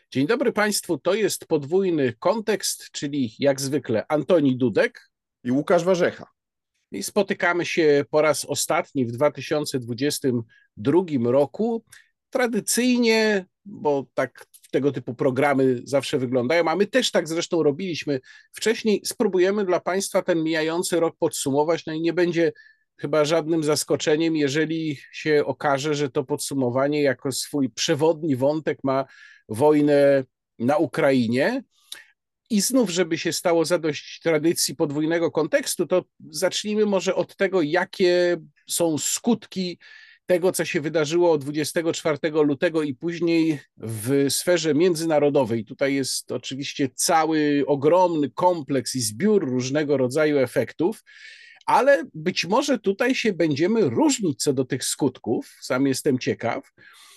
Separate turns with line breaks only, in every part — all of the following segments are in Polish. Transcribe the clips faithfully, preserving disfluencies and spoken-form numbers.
Dzień dobry Państwu, to jest podwójny kontekst, czyli jak zwykle Antoni Dudek
i Łukasz Warzecha.
i spotykamy się po raz ostatni w dwa tysiące dwudziestym drugim roku. Tradycyjnie, bo tak tego typu programy zawsze wyglądają, a my też tak zresztą robiliśmy wcześniej, spróbujemy dla Państwa ten mijający rok podsumować, no i nie będzie chyba żadnym zaskoczeniem, jeżeli się okaże, że to podsumowanie jako swój przewodni wątek ma wojnę na Ukrainie. I znów, żeby się stało zadość tradycji podwójnego kontekstu, to zacznijmy może od tego, jakie są skutki tego, co się wydarzyło dwudziestego czwartego lutego i później w sferze międzynarodowej. Tutaj jest oczywiście cały ogromny kompleks i zbiór różnego rodzaju efektów, ale być może tutaj się będziemy różnić co do tych skutków. Sam jestem ciekaw,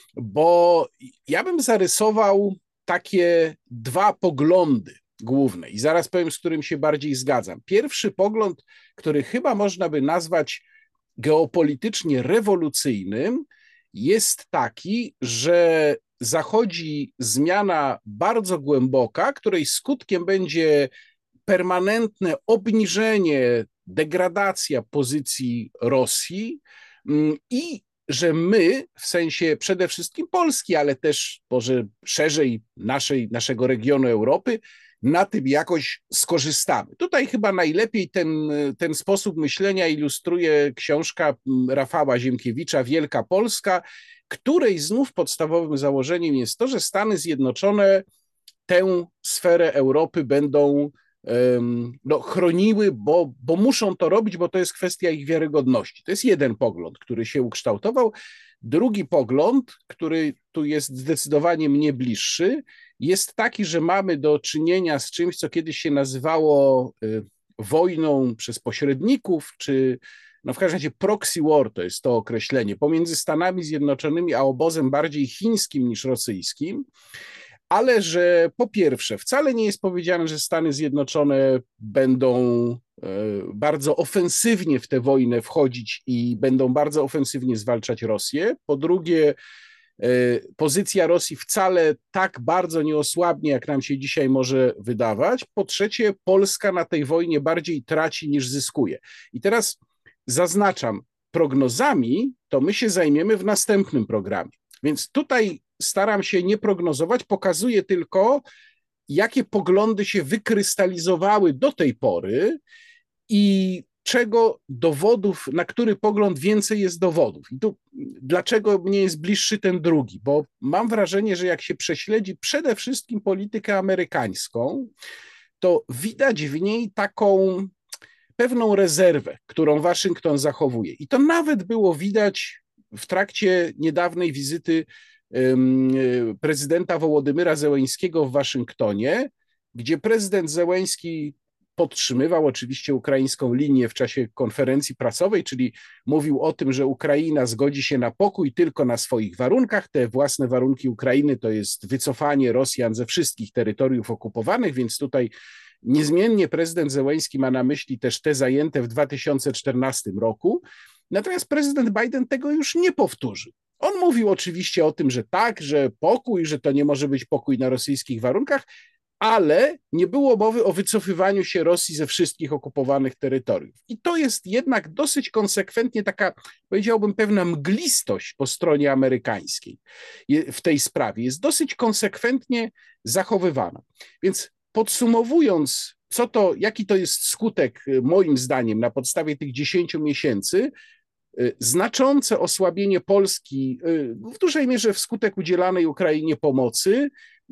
bo ja bym zarysował takie dwa poglądy główne i zaraz powiem, z którym się bardziej zgadzam. Pierwszy pogląd, który chyba można by nazwać geopolitycznie rewolucyjnym, jest taki, że zachodzi zmiana bardzo głęboka, której skutkiem będzie permanentne obniżenie, degradacja pozycji Rosji i że my, w sensie przede wszystkim Polski, ale też może szerzej naszej, naszego regionu Europy, na tym jakoś skorzystamy. Tutaj chyba najlepiej ten, ten sposób myślenia ilustruje książka Rafała Ziemkiewicza Wielka Polska, której znów podstawowym założeniem jest to, że Stany Zjednoczone tę sferę Europy będą no, chroniły, bo, bo muszą to robić, bo to jest kwestia ich wiarygodności. To jest jeden pogląd, który się ukształtował. Drugi pogląd, który tu jest zdecydowanie mnie bliższy, jest taki, że mamy do czynienia z czymś, co kiedyś się nazywało wojną przez pośredników, czy no w każdym razie proxy war, to jest to określenie, pomiędzy Stanami Zjednoczonymi a obozem bardziej chińskim niż rosyjskim, ale że po pierwsze wcale nie jest powiedziane, że Stany Zjednoczone będą bardzo ofensywnie w tę wojnę wchodzić i będą bardzo ofensywnie zwalczać Rosję. Po drugie, pozycja Rosji wcale tak bardzo nie osłabnie, jak nam się dzisiaj może wydawać. Po trzecie, Polska na tej wojnie bardziej traci niż zyskuje. I teraz zaznaczam, prognozami to my się zajmiemy w następnym programie. Więc tutaj staram się nie prognozować, pokazuję tylko, jakie poglądy się wykrystalizowały do tej pory i czego dowodów, na który pogląd więcej jest dowodów. I tu dlaczego mnie jest bliższy ten drugi? Bo mam wrażenie, że jak się prześledzi przede wszystkim politykę amerykańską, to widać w niej taką pewną rezerwę, którą Waszyngton zachowuje. I to nawet było widać w trakcie niedawnej wizyty prezydenta Wołodymyra Zełeńskiego w Waszyngtonie, gdzie prezydent Zełeński podtrzymywał oczywiście ukraińską linię w czasie konferencji prasowej, czyli mówił o tym, że Ukraina zgodzi się na pokój tylko na swoich warunkach. Te własne warunki Ukrainy to jest wycofanie Rosjan ze wszystkich terytoriów okupowanych, więc tutaj niezmiennie prezydent Zełeński ma na myśli też te zajęte w dwa tysiące czternastym roku. Natomiast prezydent Biden tego już nie powtórzył. On mówił oczywiście o tym, że tak, że pokój, że to nie może być pokój na rosyjskich warunkach, ale nie było mowy o wycofywaniu się Rosji ze wszystkich okupowanych terytoriów. I to jest jednak dosyć konsekwentnie taka, powiedziałbym, pewna mglistość po stronie amerykańskiej w tej sprawie. Jest dosyć konsekwentnie zachowywana. Więc podsumowując, co to, jaki to jest skutek, moim zdaniem, na podstawie tych dziesięciu miesięcy, znaczące osłabienie Polski, w dużej mierze wskutek udzielanej Ukrainie pomocy,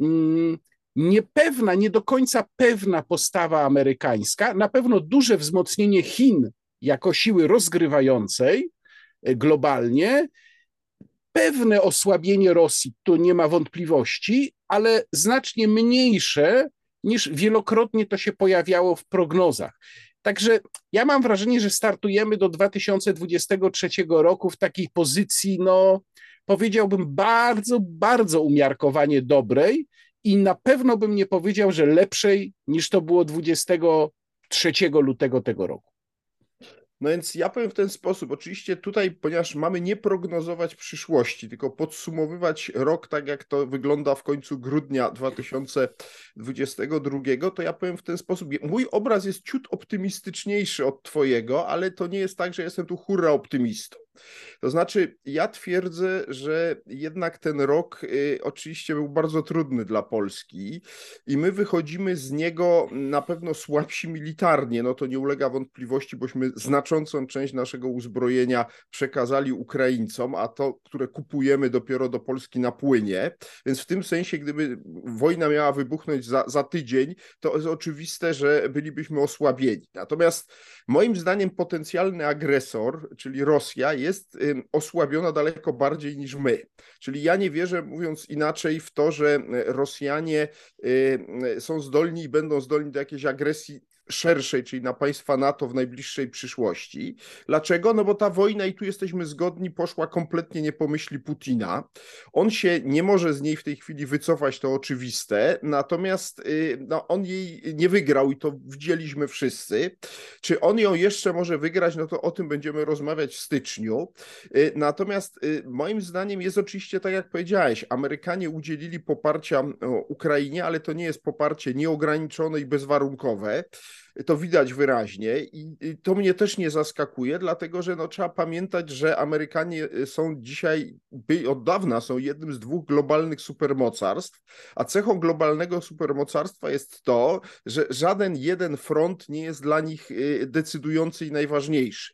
niepewna, nie do końca pewna postawa amerykańska, na pewno duże wzmocnienie Chin jako siły rozgrywającej globalnie, pewne osłabienie Rosji, tu nie ma wątpliwości, ale znacznie mniejsze niż wielokrotnie to się pojawiało w prognozach. Także ja mam wrażenie, że startujemy do dwa tysiące dwudziestego trzeciego roku w takiej pozycji, no powiedziałbym, bardzo, bardzo umiarkowanie dobrej i na pewno bym nie powiedział, że lepszej niż to było dwudziestego trzeciego lutego tego roku.
No więc ja powiem w ten sposób, oczywiście tutaj, ponieważ mamy nie prognozować przyszłości, tylko podsumowywać rok tak, jak to wygląda w końcu grudnia dwa tysiące dwudziestego drugiego, to ja powiem w ten sposób, mój obraz jest ciut optymistyczniejszy od twojego, ale to nie jest tak, że jestem tu hurra optymistą. To znaczy, ja twierdzę, że jednak ten rok y, oczywiście był bardzo trudny dla Polski i my wychodzimy z niego na pewno słabsi militarnie, no to nie ulega wątpliwości, bośmy znaczącą część naszego uzbrojenia przekazali Ukraińcom, a to, które kupujemy dopiero do Polski napłynie, więc w tym sensie, gdyby wojna miała wybuchnąć za, za tydzień, to jest oczywiste, że bylibyśmy osłabieni. Natomiast moim zdaniem potencjalny agresor, czyli Rosja, jest osłabiona daleko bardziej niż my. Czyli ja nie wierzę, mówiąc inaczej, w to, że Rosjanie są zdolni i będą zdolni do jakiejś agresji szerszej, czyli na państwa NATO w najbliższej przyszłości. Dlaczego? No bo ta wojna, i tu jesteśmy zgodni, poszła kompletnie nie po myśli Putina. On się nie może z niej w tej chwili wycofać, to oczywiste, natomiast no, on jej nie wygrał i to widzieliśmy wszyscy. Czy on ją jeszcze może wygrać, no to o tym będziemy rozmawiać w styczniu. Natomiast moim zdaniem jest oczywiście, tak jak powiedziałeś, Amerykanie udzielili poparcia Ukrainie, ale to nie jest poparcie nieograniczone i bezwarunkowe. To widać wyraźnie i to mnie też nie zaskakuje, dlatego że no, trzeba pamiętać, że Amerykanie są dzisiaj, od dawna są jednym z dwóch globalnych supermocarstw, a cechą globalnego supermocarstwa jest to, że żaden jeden front nie jest dla nich decydujący i najważniejszy.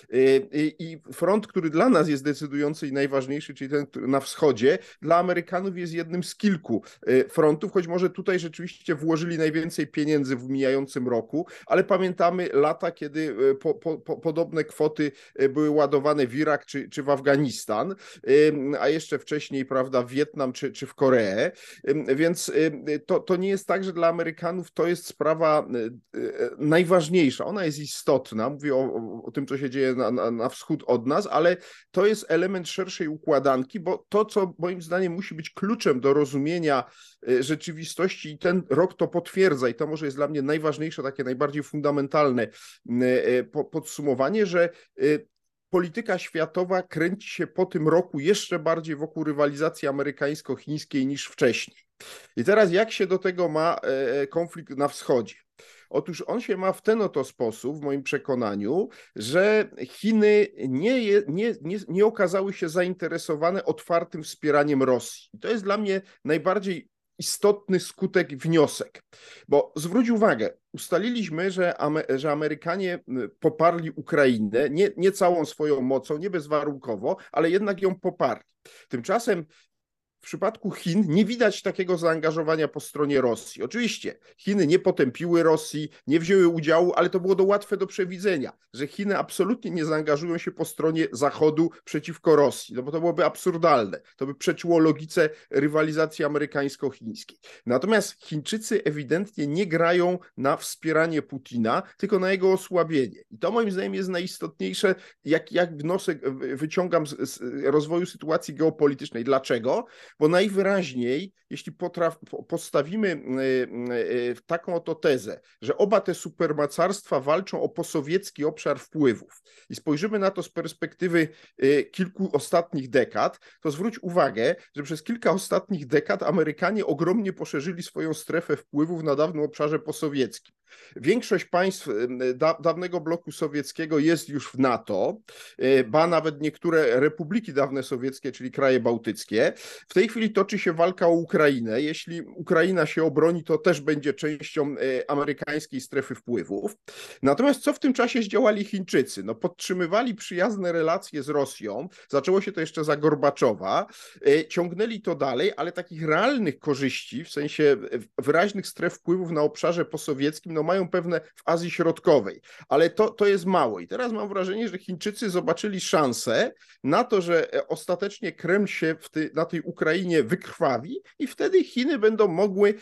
I front, który dla nas jest decydujący i najważniejszy, czyli ten na wschodzie, dla Amerykanów jest jednym z kilku frontów, choć może tutaj rzeczywiście włożyli najwięcej pieniędzy w mijającym roku, ale pamiętamy lata, kiedy po, po, po, podobne kwoty były ładowane w Irak czy, czy w Afganistan, a jeszcze wcześniej, prawda, w Wietnam czy, czy w Koreę, więc to, to nie jest tak, że dla Amerykanów to jest sprawa najważniejsza, ona jest istotna, mówię o, o tym, co się dzieje na, na, na wschód od nas, ale to jest element szerszej układanki, bo to, co moim zdaniem musi być kluczem do rozumienia rzeczywistości i ten rok to potwierdza i to może jest dla mnie najważniejsze, takie najbardziej fundamentalne podsumowanie, że polityka światowa kręci się po tym roku jeszcze bardziej wokół rywalizacji amerykańsko-chińskiej niż wcześniej. I teraz jak się do tego ma konflikt na wschodzie? Otóż on się ma w ten oto sposób, w moim przekonaniu, że Chiny nie, nie, nie, nie okazały się zainteresowane otwartym wspieraniem Rosji. I to jest dla mnie najbardziej istotny skutek, wniosek. Bo zwróć uwagę, ustaliliśmy, że, że Amerykanie poparli Ukrainę, nie, nie całą swoją mocą, nie bezwarunkowo, ale jednak ją poparli. Tymczasem w przypadku Chin nie widać takiego zaangażowania po stronie Rosji. Oczywiście Chiny nie potępiły Rosji, nie wzięły udziału, ale to było do łatwe do przewidzenia, że Chiny absolutnie nie zaangażują się po stronie Zachodu przeciwko Rosji, no bo to byłoby absurdalne. To by przeczyło logice rywalizacji amerykańsko-chińskiej. Natomiast Chińczycy ewidentnie nie grają na wspieranie Putina, tylko na jego osłabienie. I to moim zdaniem jest najistotniejsze, jak, jak wniosek wyciągam z, z rozwoju sytuacji geopolitycznej. Dlaczego? Bo najwyraźniej, jeśli potraf, postawimy taką oto tezę, że oba te supermocarstwa walczą o posowiecki obszar wpływów i spojrzymy na to z perspektywy kilku ostatnich dekad, to zwróć uwagę, że przez kilka ostatnich dekad Amerykanie ogromnie poszerzyli swoją strefę wpływów na dawnym obszarze posowieckim. Większość państw da, dawnego bloku sowieckiego jest już w NATO, ba nawet niektóre republiki dawne sowieckie, czyli kraje bałtyckie. W tej chwili toczy się walka o Ukrainę. Jeśli Ukraina się obroni, to też będzie częścią amerykańskiej strefy wpływów. Natomiast co w tym czasie zdziałali Chińczycy? No, podtrzymywali przyjazne relacje z Rosją. Zaczęło się to jeszcze za Gorbaczowa. Ciągnęli to dalej, ale takich realnych korzyści, w sensie wyraźnych stref wpływów na obszarze posowieckim, no mają pewne w Azji Środkowej. Ale to, to jest mało. I teraz mam wrażenie, że Chińczycy zobaczyli szansę na to, że ostatecznie Kreml się w ty, na tej Ukrainie wykrwawi i wtedy Chiny będą mogły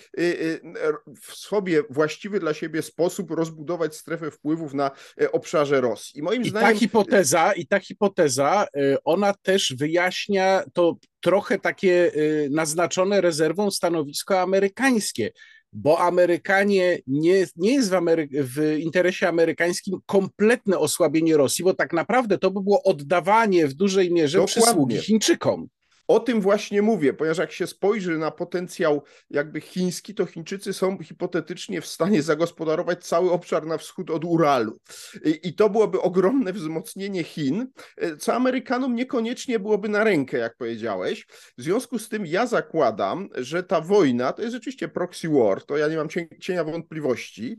w sobie właściwy dla siebie sposób rozbudować strefę wpływów na obszarze Rosji. I moim
I
zdaniem...
ta hipoteza, i ta hipoteza, ona też wyjaśnia to trochę takie naznaczone rezerwą stanowisko amerykańskie. bo Amerykanie, nie, nie jest w, Amery- w interesie amerykańskim kompletne osłabienie Rosji, bo tak naprawdę to by było oddawanie w dużej mierze przysługi
Dokładnie.
Chińczykom.
O tym właśnie mówię, ponieważ jak się spojrzy na potencjał jakby chiński, to Chińczycy są hipotetycznie w stanie zagospodarować cały obszar na wschód od Uralu. I, i to byłoby ogromne wzmocnienie Chin, co Amerykanom niekoniecznie byłoby na rękę, jak powiedziałeś. W związku z tym ja zakładam, że ta wojna to jest rzeczywiście proxy war, to ja nie mam cienia wątpliwości,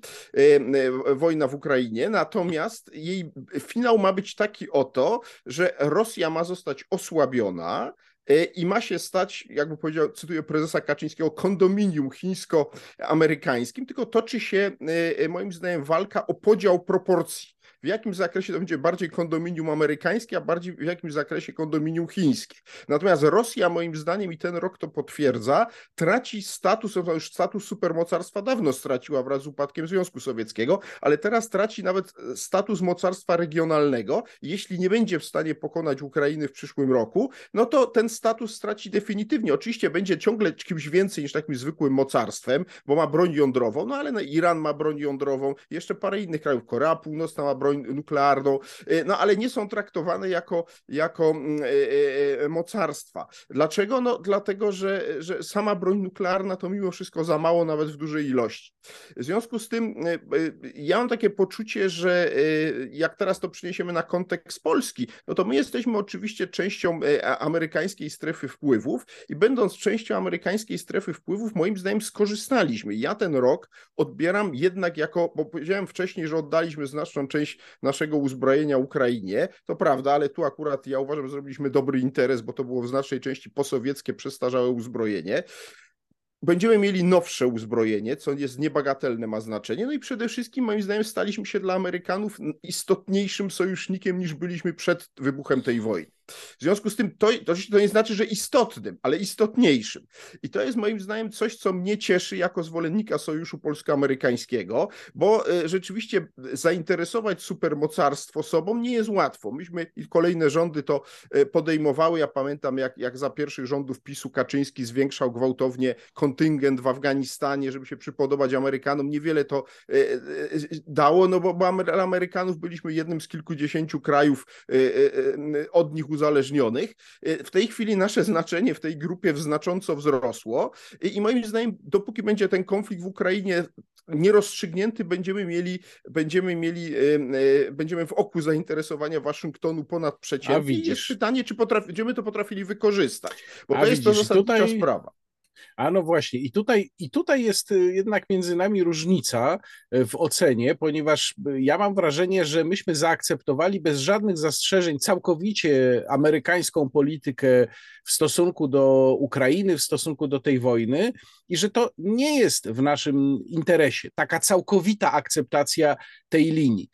wojna w Ukrainie, natomiast jej finał ma być taki oto, że Rosja ma zostać osłabiona, i ma się stać, jakby powiedział, cytuję prezesa Kaczyńskiego, kondominium chińsko-amerykańskim, tylko toczy się moim zdaniem walka o podział proporcji. W jakim zakresie to będzie bardziej kondominium amerykańskie, a bardziej w jakimś zakresie kondominium chińskie. Natomiast Rosja, moim zdaniem, i ten rok to potwierdza, traci status, już status supermocarstwa dawno straciła wraz z upadkiem Związku Sowieckiego, ale teraz traci nawet status mocarstwa regionalnego. Jeśli nie będzie w stanie pokonać Ukrainy w przyszłym roku, no to ten status straci definitywnie. Oczywiście będzie ciągle kimś więcej niż takim zwykłym mocarstwem, bo ma broń jądrową, no ale no, Iran ma broń jądrową, jeszcze parę innych krajów, Korea Północna ma broń nuklearną, no ale nie są traktowane jako, jako e, e, mocarstwa. Dlaczego? No dlatego, że, że sama broń nuklearna to mimo wszystko za mało, nawet w dużej ilości. W związku z tym e, ja mam takie poczucie, że e, jak teraz to przeniesiemy na kontekst Polski, no to my jesteśmy oczywiście częścią e, amerykańskiej strefy wpływów i będąc częścią amerykańskiej strefy wpływów, moim zdaniem skorzystaliśmy. Ja ten rok odbieram jednak jako, bo powiedziałem wcześniej, że oddaliśmy znaczną część naszego uzbrojenia Ukrainie, to prawda, ale tu akurat ja uważam, że zrobiliśmy dobry interes, bo to było w znacznej części posowieckie, przestarzałe uzbrojenie. Będziemy mieli nowsze uzbrojenie, co jest niebagatelne, ma znaczenie. No i przede wszystkim, moim zdaniem, staliśmy się dla Amerykanów istotniejszym sojusznikiem, niż byliśmy przed wybuchem tej wojny. W związku z tym to, to, to nie znaczy, że istotnym, ale istotniejszym. I to jest moim zdaniem coś, co mnie cieszy jako zwolennika sojuszu polsko-amerykańskiego, bo e, rzeczywiście zainteresować supermocarstwo sobą nie jest łatwo. Myśmy i kolejne rządy to e, podejmowały. Ja pamiętam, jak, jak za pierwszych rządów PiSu Kaczyński zwiększał gwałtownie kontyngent w Afganistanie, żeby się przypodobać Amerykanom. Niewiele to e, e, dało, no bo, bo Amerykanów byliśmy jednym z kilkudziesięciu krajów e, e, od nich uzależnionych. W tej chwili nasze znaczenie w tej grupie znacząco wzrosło i moim zdaniem, dopóki będzie ten konflikt w Ukrainie nierozstrzygnięty, będziemy mieli, będziemy mieli, będziemy w oku zainteresowania Waszyngtonu ponadprzeciętnie. I jest pytanie, czy potrafi, będziemy to potrafili wykorzystać, bo
A
to
widzisz,
jest to zasadnicza
tutaj...
sprawa.
A no właśnie, i tutaj, i tutaj jest jednak między nami różnica w ocenie, ponieważ ja mam wrażenie, że myśmy zaakceptowali bez żadnych zastrzeżeń całkowicie amerykańską politykę w stosunku do Ukrainy, w stosunku do tej wojny i że to nie jest w naszym interesie, taka całkowita akceptacja tej linii.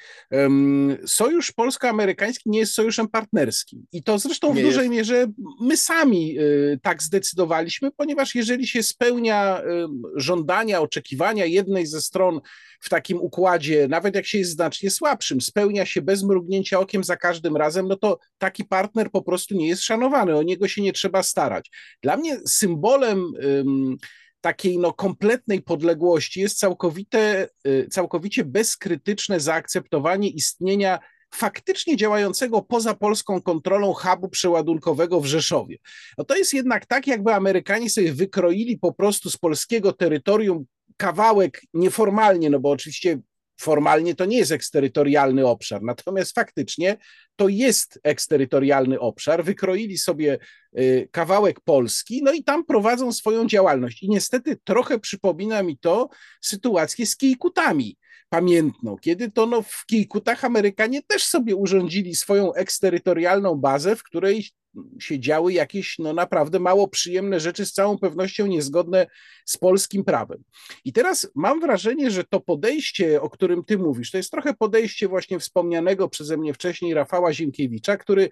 Sojusz polsko-amerykański nie jest sojuszem partnerskim i to zresztą w
Nie
dużej
jest.
mierze my sami tak zdecydowaliśmy, ponieważ jeżeli się spełnia żądania, oczekiwania jednej ze stron w takim układzie, nawet jak się jest znacznie słabszym, spełnia się bez mrugnięcia okiem za każdym razem, no to taki partner po prostu nie jest szanowany, o niego się nie trzeba starać. Dla mnie symbolem um, takiej no, kompletnej podległości jest całkowite, całkowicie bezkrytyczne zaakceptowanie istnienia faktycznie działającego poza polską kontrolą hubu przeładunkowego w Rzeszowie. No to jest jednak tak, jakby Amerykanie sobie wykroili po prostu z polskiego terytorium kawałek nieformalnie, no bo oczywiście formalnie to nie jest eksterytorialny obszar, natomiast faktycznie to jest eksterytorialny obszar, wykroili sobie kawałek Polski, no i tam prowadzą swoją działalność. I niestety trochę przypomina mi to sytuację z Kijkutami pamiętną, kiedy to no, w Kijkutach Amerykanie też sobie urządzili swoją eksterytorialną bazę, w której się działy jakieś no, naprawdę mało przyjemne rzeczy, z całą pewnością niezgodne z polskim prawem. I teraz mam wrażenie, że to podejście, o którym ty mówisz, to jest trochę podejście właśnie wspomnianego przeze mnie wcześniej Rafała Ziemkiewicza, który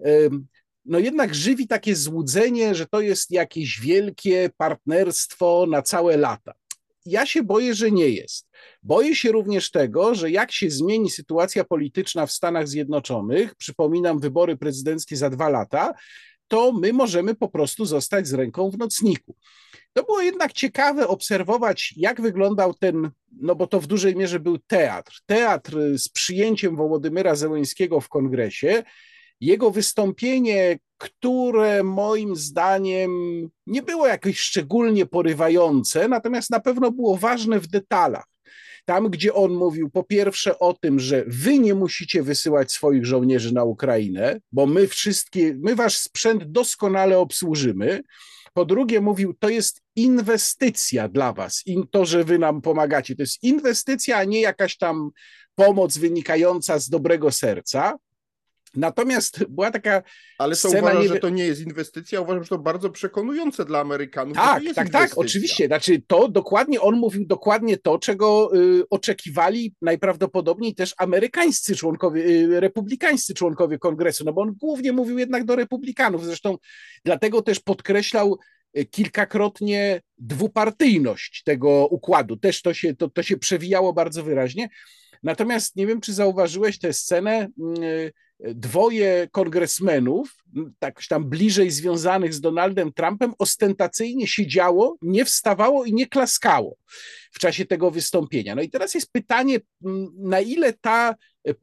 no jednak żywi takie złudzenie, że to jest jakieś wielkie partnerstwo na całe lata. Ja się boję, że nie jest. Boję się również tego, że jak się zmieni sytuacja polityczna w Stanach Zjednoczonych, przypominam wybory prezydenckie za dwa lata, to my możemy po prostu zostać z ręką w nocniku. To było jednak ciekawe obserwować, jak wyglądał ten, no bo to w dużej mierze był teatr. Teatr z przyjęciem Wołodymyra Zełenskiego w kongresie. Jego wystąpienie, które moim zdaniem nie było jakieś szczególnie porywające, natomiast na pewno było ważne w detalach. Tam, gdzie on mówił po pierwsze o tym, że wy nie musicie wysyłać swoich żołnierzy na Ukrainę, bo my wszystkie, my wasz sprzęt doskonale obsłużymy. Po drugie mówił, to jest inwestycja dla was, to, że wy nam pomagacie. To jest inwestycja, a nie jakaś tam pomoc wynikająca z dobrego serca. Natomiast była taka
Ale co
scena...
uważasz,
nie...
że to nie jest inwestycja? Uważam, że to bardzo przekonujące dla Amerykanów.
Tak,
to jest
tak,
inwestycja.
tak, oczywiście. Znaczy to dokładnie, on mówił dokładnie to, czego y, oczekiwali najprawdopodobniej też amerykańscy członkowie, y, republikańscy członkowie kongresu, no bo on głównie mówił jednak do republikanów. Zresztą dlatego też podkreślał kilkakrotnie dwupartyjność tego układu. Też to się, to, to się przewijało bardzo wyraźnie. Natomiast nie wiem, czy zauważyłeś tę scenę, y, dwoje kongresmenów, tak tam bliżej związanych z Donaldem Trumpem, ostentacyjnie siedziało, nie wstawało i nie klaskało w czasie tego wystąpienia. No i teraz jest pytanie, na ile ta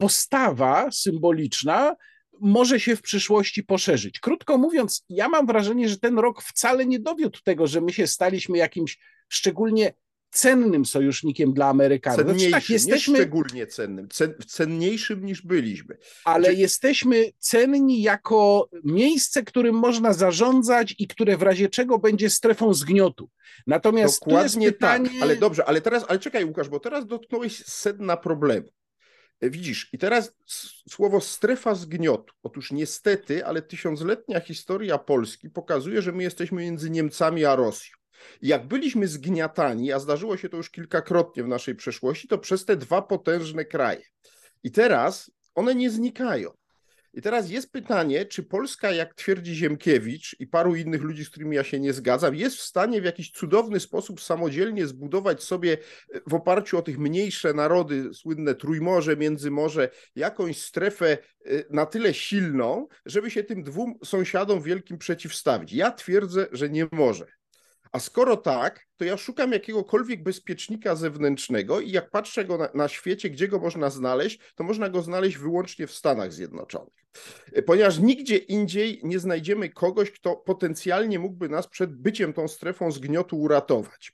postawa symboliczna może się w przyszłości poszerzyć. Krótko mówiąc, ja mam wrażenie, że ten rok wcale nie dowiódł tego, że my się staliśmy jakimś szczególnie cennym sojusznikiem dla Amerykanów.
Cenniejszym,
znaczy, tak, jesteśmy,
nie szczególnie cennym, cen, cenniejszym niż byliśmy.
Ale
znaczy...
jesteśmy cenni jako miejsce, którym można zarządzać i które w razie czego będzie strefą zgniotu. Natomiast
Dokładnie
tu jest pytanie...
tak, ale dobrze, ale teraz, ale czekaj Łukasz, bo teraz dotknąłeś sedna problemu. Widzisz, i teraz słowo strefa zgniotu. Otóż niestety, ale tysiącletnia historia Polski pokazuje, że my jesteśmy między Niemcami a Rosją. Jak byliśmy zgniatani, a zdarzyło się to już kilkakrotnie w naszej przeszłości, to przez te dwa potężne kraje. I teraz one nie znikają. I teraz jest pytanie, czy Polska, jak twierdzi Ziemkiewicz i paru innych ludzi, z którymi ja się nie zgadzam, jest w stanie w jakiś cudowny sposób samodzielnie zbudować sobie w oparciu o tych mniejsze narody, słynne Trójmorze, Międzymorze, jakąś strefę na tyle silną, żeby się tym dwóm sąsiadom wielkim przeciwstawić. Ja twierdzę, że nie może. A skoro tak, to ja szukam jakiegokolwiek bezpiecznika zewnętrznego i jak patrzę go na, na świecie, gdzie go można znaleźć, to można go znaleźć wyłącznie w Stanach Zjednoczonych. Ponieważ nigdzie indziej nie znajdziemy kogoś, kto potencjalnie mógłby nas przed byciem tą strefą zgniotu uratować.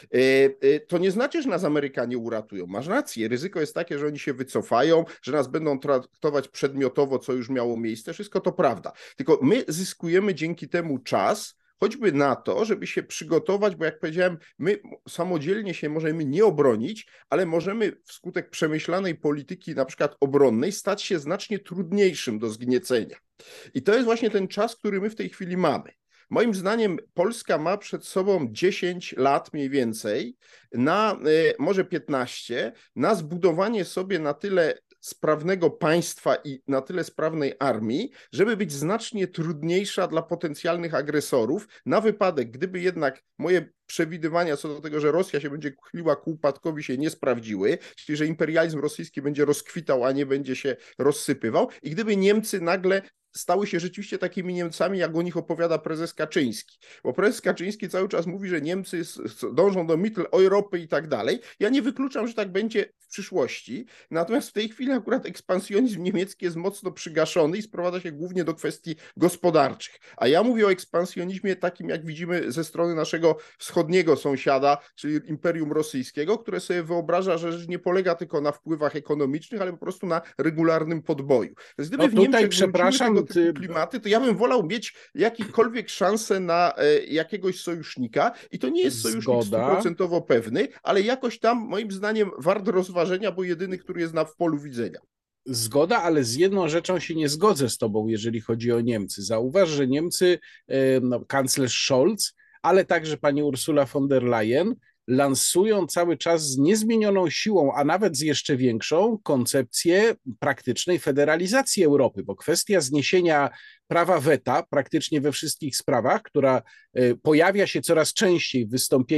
To nie znaczy, że nas Amerykanie uratują. Masz rację, ryzyko jest takie, że oni się wycofają, że nas będą traktować przedmiotowo, co już miało miejsce. Wszystko to prawda. Tylko my zyskujemy dzięki temu czas, choćby na to, żeby się przygotować, bo jak powiedziałem, my samodzielnie się możemy nie obronić, ale możemy wskutek przemyślanej polityki, na przykład obronnej, stać się znacznie trudniejszym do zgniecenia. I to jest właśnie ten czas, który my w tej chwili mamy. Moim zdaniem Polska ma przed sobą dziesięć lat mniej więcej, na może piętnaście, na zbudowanie sobie na tyle sprawnego państwa i na tyle sprawnej armii, żeby być znacznie trudniejsza dla potencjalnych agresorów, na wypadek, gdyby jednak moje przewidywania co do tego, że Rosja się będzie chyliła ku upadkowi, się nie sprawdziły, czyli że imperializm rosyjski będzie rozkwitał, a nie będzie się rozsypywał i gdyby Niemcy nagle stały się rzeczywiście takimi Niemcami, jak o nich opowiada prezes Kaczyński. Bo prezes Kaczyński cały czas mówi, że Niemcy dążą do Mitteleuropy i tak dalej. Ja nie wykluczam, że tak będzie w przyszłości, natomiast w tej chwili akurat ekspansjonizm niemiecki jest mocno przygaszony i sprowadza się głównie do kwestii gospodarczych. A ja mówię o ekspansjonizmie takim, jak widzimy ze strony naszego wschodniego sąsiada, czyli Imperium Rosyjskiego, które sobie wyobraża, że nie polega tylko na wpływach ekonomicznych, ale po prostu na regularnym podboju. Więc gdyby
no
w Niemczech
tutaj, przepraszam,
tego typu klimaty, to ja bym wolał mieć jakiekolwiek szanse na e, jakiegoś sojusznika i to nie jest sojusznik stuprocentowo pewny, ale jakoś tam moim zdaniem wart rozważenia, bo jedyny, który jest na w polu widzenia.
Zgoda, ale z jedną rzeczą się nie zgodzę z tobą, jeżeli chodzi o Niemcy. Zauważ, że Niemcy, e, no, kanclerz Scholz, ale także pani Ursula von der Leyen lansują cały czas z niezmienioną siłą, a nawet z jeszcze większą koncepcję praktycznej federalizacji Europy, bo kwestia zniesienia prawa weta praktycznie we wszystkich sprawach, która pojawia się coraz częściej w wystąpieniach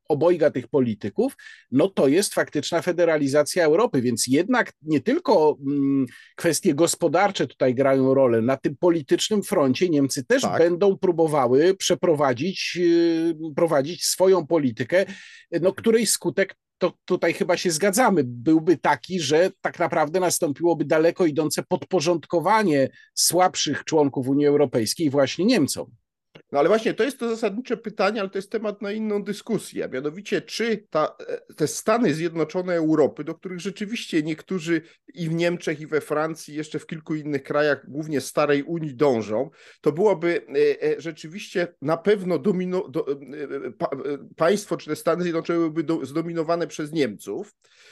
obojga tych polityków, no to jest faktyczna federalizacja Europy, więc jednak nie tylko mm, kwestie gospodarcze tutaj grają rolę, na tym politycznym froncie Niemcy też
Tak.
będą próbowały przeprowadzić yy, prowadzić swoją politykę, no, której skutek, to tutaj chyba się zgadzamy, byłby taki, że tak naprawdę nastąpiłoby daleko idące podporządkowanie słabszych członków Unii Europejskiej właśnie Niemcom.
No ale właśnie to jest to zasadnicze pytanie, ale to jest temat na inną dyskusję, a mianowicie czy ta, te Stany Zjednoczone Europy, do których rzeczywiście niektórzy i w Niemczech, i we Francji, jeszcze w kilku innych krajach, głównie starej Unii dążą, to byłoby rzeczywiście na pewno domino, do, pa, państwo, czy te Stany Zjednoczone byłyby do, zdominowane przez Niemców.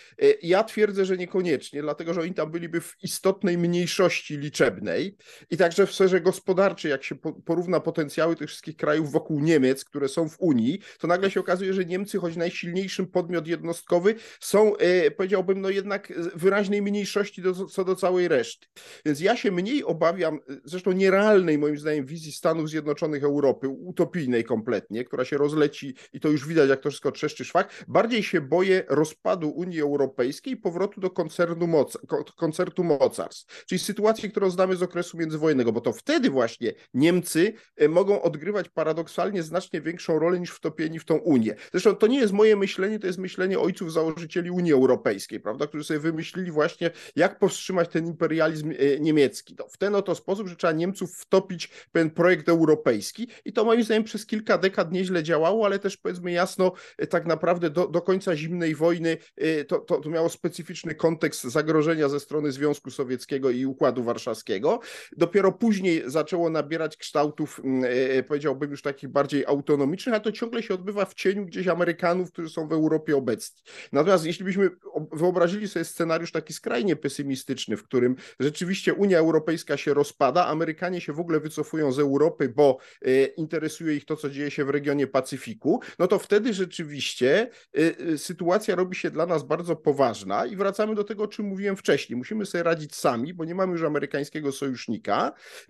Ja twierdzę, że niekoniecznie, dlatego że oni tam byliby w istotnej mniejszości liczebnej i także w sferze gospodarczej, jak się porówna potencjały tych wszystkich krajów wokół Niemiec, które są w Unii, to nagle się okazuje, że Niemcy, choć najsilniejszym podmiot jednostkowy, są, powiedziałbym, no jednak wyraźnej mniejszości do, co do całej reszty. Więc ja się mniej obawiam, zresztą nierealnej moim zdaniem wizji Stanów Zjednoczonych Europy, utopijnej kompletnie, która się rozleci i to już widać, jak to wszystko trzeszczy szwach. Bardziej się boję rozpadu Unii Europejskiej i powrotu do koncernu moc, koncertu mocarstw, czyli sytuacji, którą znamy z okresu międzywojennego, bo to wtedy właśnie Niemcy mogą odgrywać paradoksalnie znacznie większą rolę niż wtopieni w tą Unię. Zresztą to nie jest moje myślenie, to jest myślenie ojców założycieli Unii Europejskiej, prawda, którzy sobie wymyślili właśnie, jak powstrzymać ten imperializm niemiecki. To w ten oto sposób, że trzeba Niemców wtopić w pewien projekt europejski i to moim zdaniem przez kilka dekad nieźle działało, ale też powiedzmy jasno, tak naprawdę do, do końca zimnej wojny to, to, to miało specyficzny kontekst zagrożenia ze strony Związku Sowieckiego i Układu Warszawskiego. Dopiero później zaczęło nabierać kształtów, powiedziałbym, już takich bardziej autonomicznych, a to ciągle się odbywa w cieniu gdzieś Amerykanów, którzy są w Europie obecni. Natomiast jeśli byśmy wyobrazili sobie scenariusz taki skrajnie pesymistyczny, w którym rzeczywiście Unia Europejska się rozpada, Amerykanie się w ogóle wycofują z Europy, bo interesuje ich to, co dzieje się w regionie Pacyfiku, no to wtedy rzeczywiście sytuacja robi się dla nas bardzo poważna i wracamy do tego, o czym mówiłem wcześniej. Musimy sobie radzić sami, bo nie mamy już amerykańskiego sojusznika,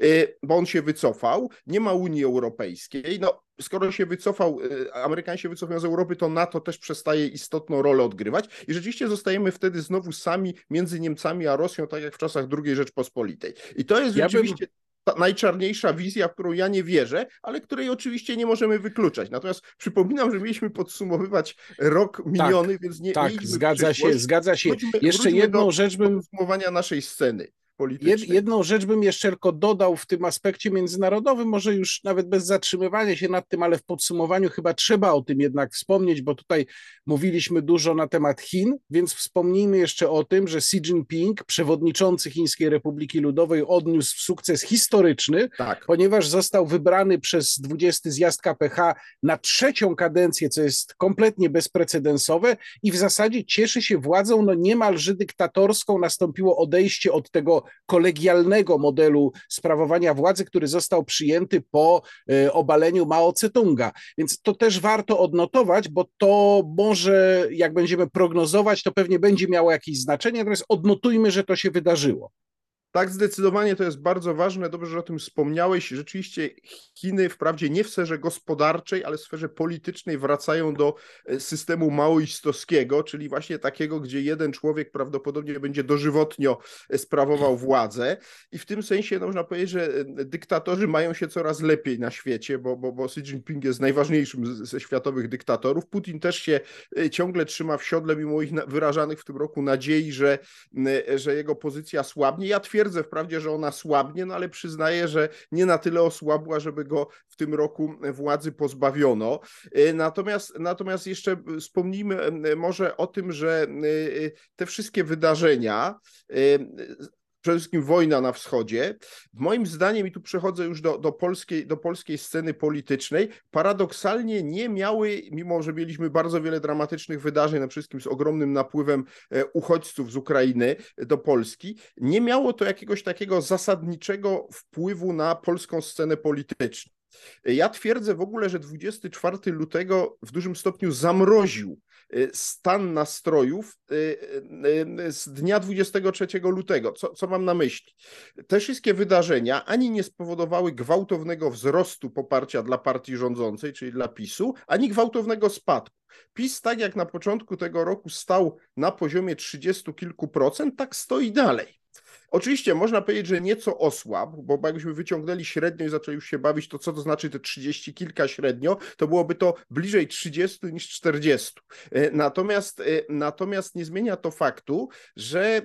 bo on się wycofał, nie ma Unii Europejskiej. No, skoro się wycofał, Amerykanie się wycofują z Europy, to NATO też przestaje istotną rolę odgrywać i rzeczywiście zostajemy wtedy znowu sami między Niemcami a Rosją, tak jak w czasach drugiej Rzeczpospolitej. I to jest ja rzeczywiście... Bym... ta najczarniejsza wizja, w którą ja nie wierzę, ale której oczywiście nie możemy wykluczać. Natomiast przypominam, że mieliśmy podsumowywać rok miniony,
tak,
więc nie
tak,
nie
zgadza się, zgadza się.
Wróćmy,
Jeszcze
wróćmy
jedną
do,
rzecz bym...
do podsumowania naszej sceny.
Jedną rzecz bym jeszcze tylko dodał w tym aspekcie międzynarodowym, może już nawet bez zatrzymywania się nad tym, ale w podsumowaniu chyba trzeba o tym jednak wspomnieć, bo tutaj mówiliśmy dużo na temat Chin, więc wspomnijmy jeszcze o tym, że Xi Jinping, przewodniczący Chińskiej Republiki Ludowej, odniósł sukces historyczny,
tak.
ponieważ został wybrany przez dwudziesty zjazd K P H na trzecią kadencję, co jest kompletnie bezprecedensowe i w zasadzie cieszy się władzą no niemalże dyktatorską. Nastąpiło odejście od tego kolegialnego modelu sprawowania władzy, który został przyjęty po obaleniu Mao Tse-tunga. Więc to też warto odnotować, bo to może, jak będziemy prognozować, to pewnie będzie miało jakieś znaczenie, natomiast odnotujmy, że to się wydarzyło.
Tak, zdecydowanie to jest bardzo ważne. Dobrze, że o tym wspomniałeś. Rzeczywiście Chiny wprawdzie nie w sferze gospodarczej, ale w sferze politycznej wracają do systemu maoistowskiego, czyli właśnie takiego, gdzie jeden człowiek prawdopodobnie będzie dożywotnio sprawował władzę. I w tym sensie no, można powiedzieć, że dyktatorzy mają się coraz lepiej na świecie, bo, bo, bo Xi Jinping jest najważniejszym ze światowych dyktatorów. Putin też się ciągle trzyma w siodle, mimo ich wyrażanych w tym roku nadziei, że, że jego pozycja słabnie. Ja twierdzę, wprawdzie, że ona słabnie, no ale przyznaję, że nie na tyle osłabła, żeby go w tym roku władzy pozbawiono. Natomiast, natomiast jeszcze wspomnijmy może o tym, że te wszystkie wydarzenia, przede wszystkim wojna na wschodzie, moim zdaniem, i tu przechodzę już do, do, polskiej, do polskiej sceny politycznej, paradoksalnie nie miały, mimo że mieliśmy bardzo wiele dramatycznych wydarzeń, na wszystkim z ogromnym napływem uchodźców z Ukrainy do Polski, nie miało to jakiegoś takiego zasadniczego wpływu na polską scenę polityczną. Ja twierdzę w ogóle, że dwudziestego czwartego lutego w dużym stopniu zamroził stan nastrojów z dnia dwudziestego trzeciego lutego. Co, co mam na myśli? Te wszystkie wydarzenia ani nie spowodowały gwałtownego wzrostu poparcia dla partii rządzącej, czyli dla PiSu, ani gwałtownego spadku. PiS, tak jak na początku tego roku stał na poziomie trzydziestu kilku procent, tak stoi dalej. Oczywiście można powiedzieć, że nieco osłabł, bo jakbyśmy wyciągnęli średnio i zaczęli już się bawić, to co to znaczy te trzydzieści kilka średnio, to byłoby to bliżej trzydziestu niż czterdziestu. Natomiast, natomiast nie zmienia to faktu, że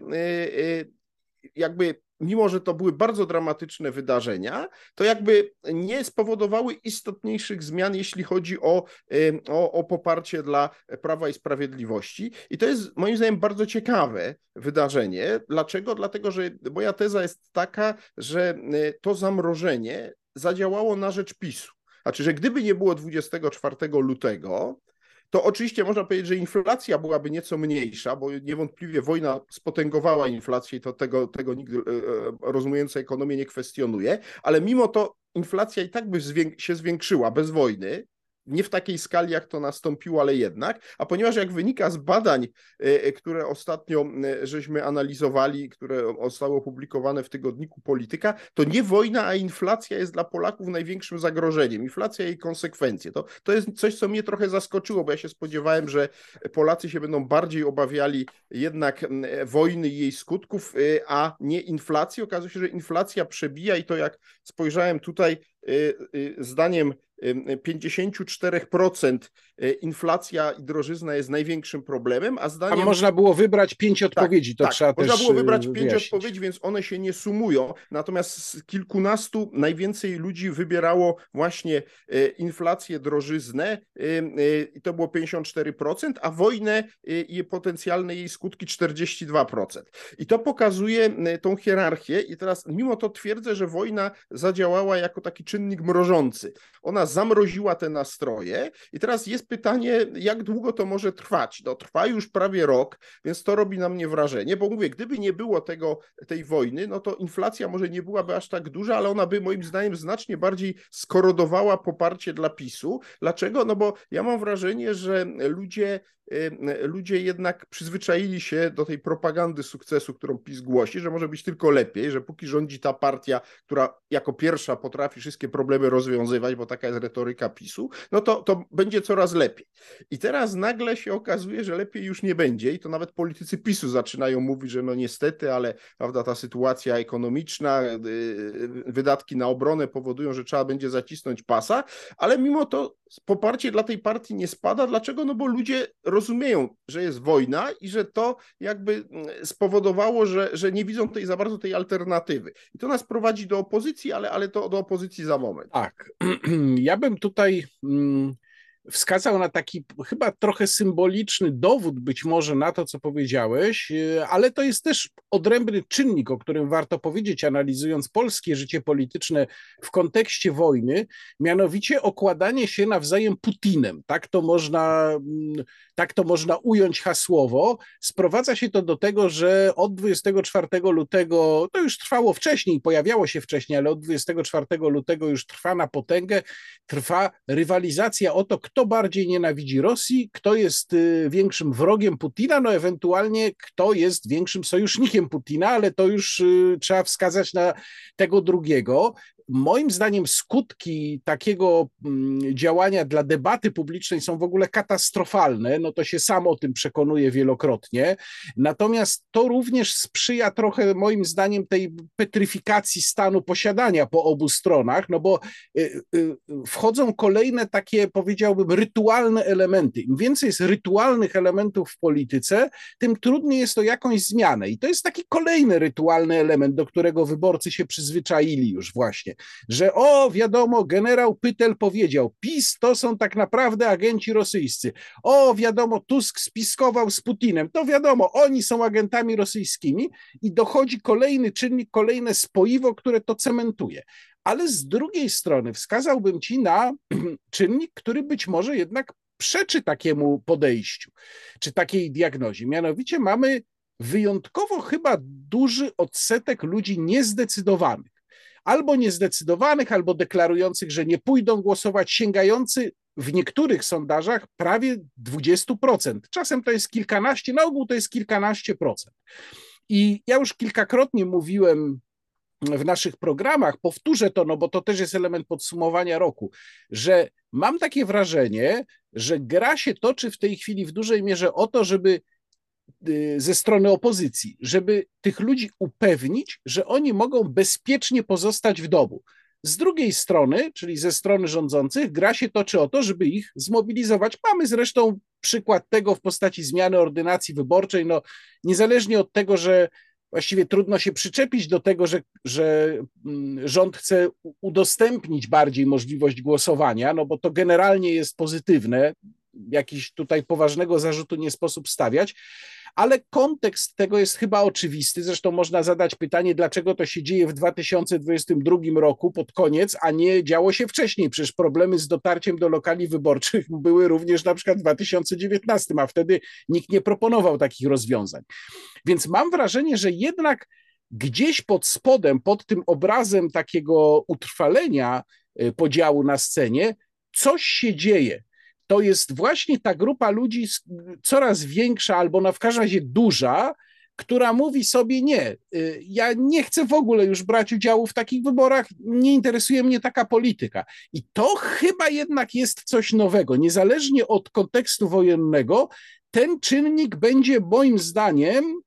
jakby mimo, że to były bardzo dramatyczne wydarzenia, to jakby nie spowodowały istotniejszych zmian, jeśli chodzi o, o, o poparcie dla Prawa i Sprawiedliwości. I to jest moim zdaniem bardzo ciekawe wydarzenie. Dlaczego? Dlatego, że moja teza jest taka, że to zamrożenie zadziałało na rzecz PiSu. Znaczy, że gdyby nie było dwudziestego czwartego lutego, to oczywiście można powiedzieć, że inflacja byłaby nieco mniejsza, bo niewątpliwie wojna spotęgowała inflację i to tego, tego nigdy rozumujący ekonomię nie kwestionuje, ale mimo to inflacja i tak by się zwiększyła bez wojny, nie w takiej skali, jak to nastąpiło, ale jednak, a ponieważ jak wynika z badań, które ostatnio żeśmy analizowali, które zostały opublikowane w tygodniku Polityka, to nie wojna, a inflacja jest dla Polaków największym zagrożeniem. Inflacja i jej konsekwencje. To, to jest coś, co mnie trochę zaskoczyło, bo ja się spodziewałem, że Polacy się będą bardziej obawiali jednak wojny i jej skutków, a nie inflacji. Okazuje się, że inflacja przebija i to jak spojrzałem tutaj zdaniem pięćdziesiąt cztery procent inflacja i drożyzna jest największym problemem, a zdaniem...
Tam można było wybrać pięć odpowiedzi,
tak,
to
tak,
trzeba
można
też
było wybrać pięć
wyjaśnić.
odpowiedzi, więc one się nie sumują, natomiast z kilkunastu najwięcej ludzi wybierało właśnie inflację, drożyznę i to było pięćdziesiąt cztery procent, a wojnę i potencjalne jej skutki czterdzieści dwa procent. I to pokazuje tą hierarchię i teraz mimo to twierdzę, że wojna zadziałała jako taki czynnik mrożący. Ona zamroziła te nastroje i teraz jest pytanie, jak długo to może trwać. No, trwa już prawie rok, więc to robi na mnie wrażenie, bo mówię, gdyby nie było tego, tej wojny, no to inflacja może nie byłaby aż tak duża, ale ona by moim zdaniem znacznie bardziej skorodowała poparcie dla PiSu. Dlaczego? No bo ja mam wrażenie, że ludzie ludzie jednak przyzwyczaili się do tej propagandy sukcesu, którą PiS głosi, że może być tylko lepiej, że póki rządzi ta partia, która jako pierwsza potrafi wszystkie problemy rozwiązywać, bo taka jest retoryka PiSu, no to, to będzie coraz lepiej. I teraz nagle się okazuje, że lepiej już nie będzie i to nawet politycy PiSu zaczynają mówić, że no niestety, ale prawda, ta sytuacja ekonomiczna, wydatki na obronę powodują, że trzeba będzie zacisnąć pasa, ale mimo to poparcie dla tej partii nie spada. Dlaczego? No bo ludzie rozumieją, że jest wojna i że to jakby spowodowało, że, że nie widzą tej za bardzo tej alternatywy. I to nas prowadzi do opozycji, ale, ale to do opozycji za moment.
Tak. Ja bym tutaj wskazał na taki chyba trochę symboliczny dowód być może na to, co powiedziałeś, ale to jest też odrębny czynnik, o którym warto powiedzieć, analizując polskie życie polityczne w kontekście wojny, mianowicie okładanie się nawzajem Putinem. Tak to można, tak to można ująć hasłowo. Sprowadza się to do tego, że od dwudziestego czwartego lutego, to już trwało wcześniej, pojawiało się wcześniej, ale od dwudziestego czwartego lutego już trwa na potęgę, trwa rywalizacja o to, kto bardziej nienawidzi Rosji, kto jest większym wrogiem Putina, no ewentualnie kto jest większym sojusznikiem Putina, ale to już trzeba wskazać na tego drugiego. Moim zdaniem skutki takiego działania dla debaty publicznej są w ogóle katastrofalne, no to się sam o tym przekonuje wielokrotnie, natomiast to również sprzyja trochę moim zdaniem tej petryfikacji stanu posiadania po obu stronach, no bo wchodzą kolejne takie, powiedziałbym, rytualne elementy. Im więcej jest rytualnych elementów w polityce, tym trudniej jest to jakąś zmianę i to jest taki kolejny rytualny element, do którego wyborcy się przyzwyczaili już właśnie, że o, wiadomo, generał Pytel powiedział, PiS to są tak naprawdę agenci rosyjscy. O, wiadomo, Tusk spiskował z Putinem. To wiadomo, oni są agentami rosyjskimi i dochodzi kolejny czynnik, kolejne spoiwo, które to cementuje. Ale z drugiej strony wskazałbym ci na czynnik, który być może jednak przeczy takiemu podejściu, czy takiej diagnozie. Mianowicie mamy wyjątkowo chyba duży odsetek ludzi niezdecydowanych. albo niezdecydowanych, albo deklarujących, że nie pójdą głosować, sięgający w niektórych sondażach prawie dwadzieścia procent. Czasem to jest kilkanaście, na ogół to jest kilkanaście procent. I ja już kilkakrotnie mówiłem w naszych programach, powtórzę to, no bo to też jest element podsumowania roku, że mam takie wrażenie, że gra się toczy w tej chwili w dużej mierze o to, żeby ze strony opozycji, żeby tych ludzi upewnić, że oni mogą bezpiecznie pozostać w domu. Z drugiej strony, czyli ze strony rządzących, gra się toczy o to, żeby ich zmobilizować. Mamy zresztą przykład tego w postaci zmiany ordynacji wyborczej, no niezależnie od tego, że właściwie trudno się przyczepić do tego, że, że rząd chce udostępnić bardziej możliwość głosowania, no bo to generalnie jest pozytywne, jakiś tutaj poważnego zarzutu nie sposób stawiać, ale kontekst tego jest chyba oczywisty. Zresztą można zadać pytanie, dlaczego to się dzieje w dwa tysiące dwudziestym drugim roku pod koniec, a nie działo się wcześniej. Przecież problemy z dotarciem do lokali wyborczych były również na przykład w dwa tysiące dziewiętnastym, a wtedy nikt nie proponował takich rozwiązań. Więc mam wrażenie, że jednak gdzieś pod spodem, pod tym obrazem takiego utrwalenia podziału na scenie, coś się dzieje. To jest właśnie ta grupa ludzi coraz większa, albo na w każdym razie duża, która mówi sobie nie, ja nie chcę w ogóle już brać udziału w takich wyborach, nie interesuje mnie taka polityka. I to chyba jednak jest coś nowego. Niezależnie od kontekstu wojennego, ten czynnik będzie moim zdaniem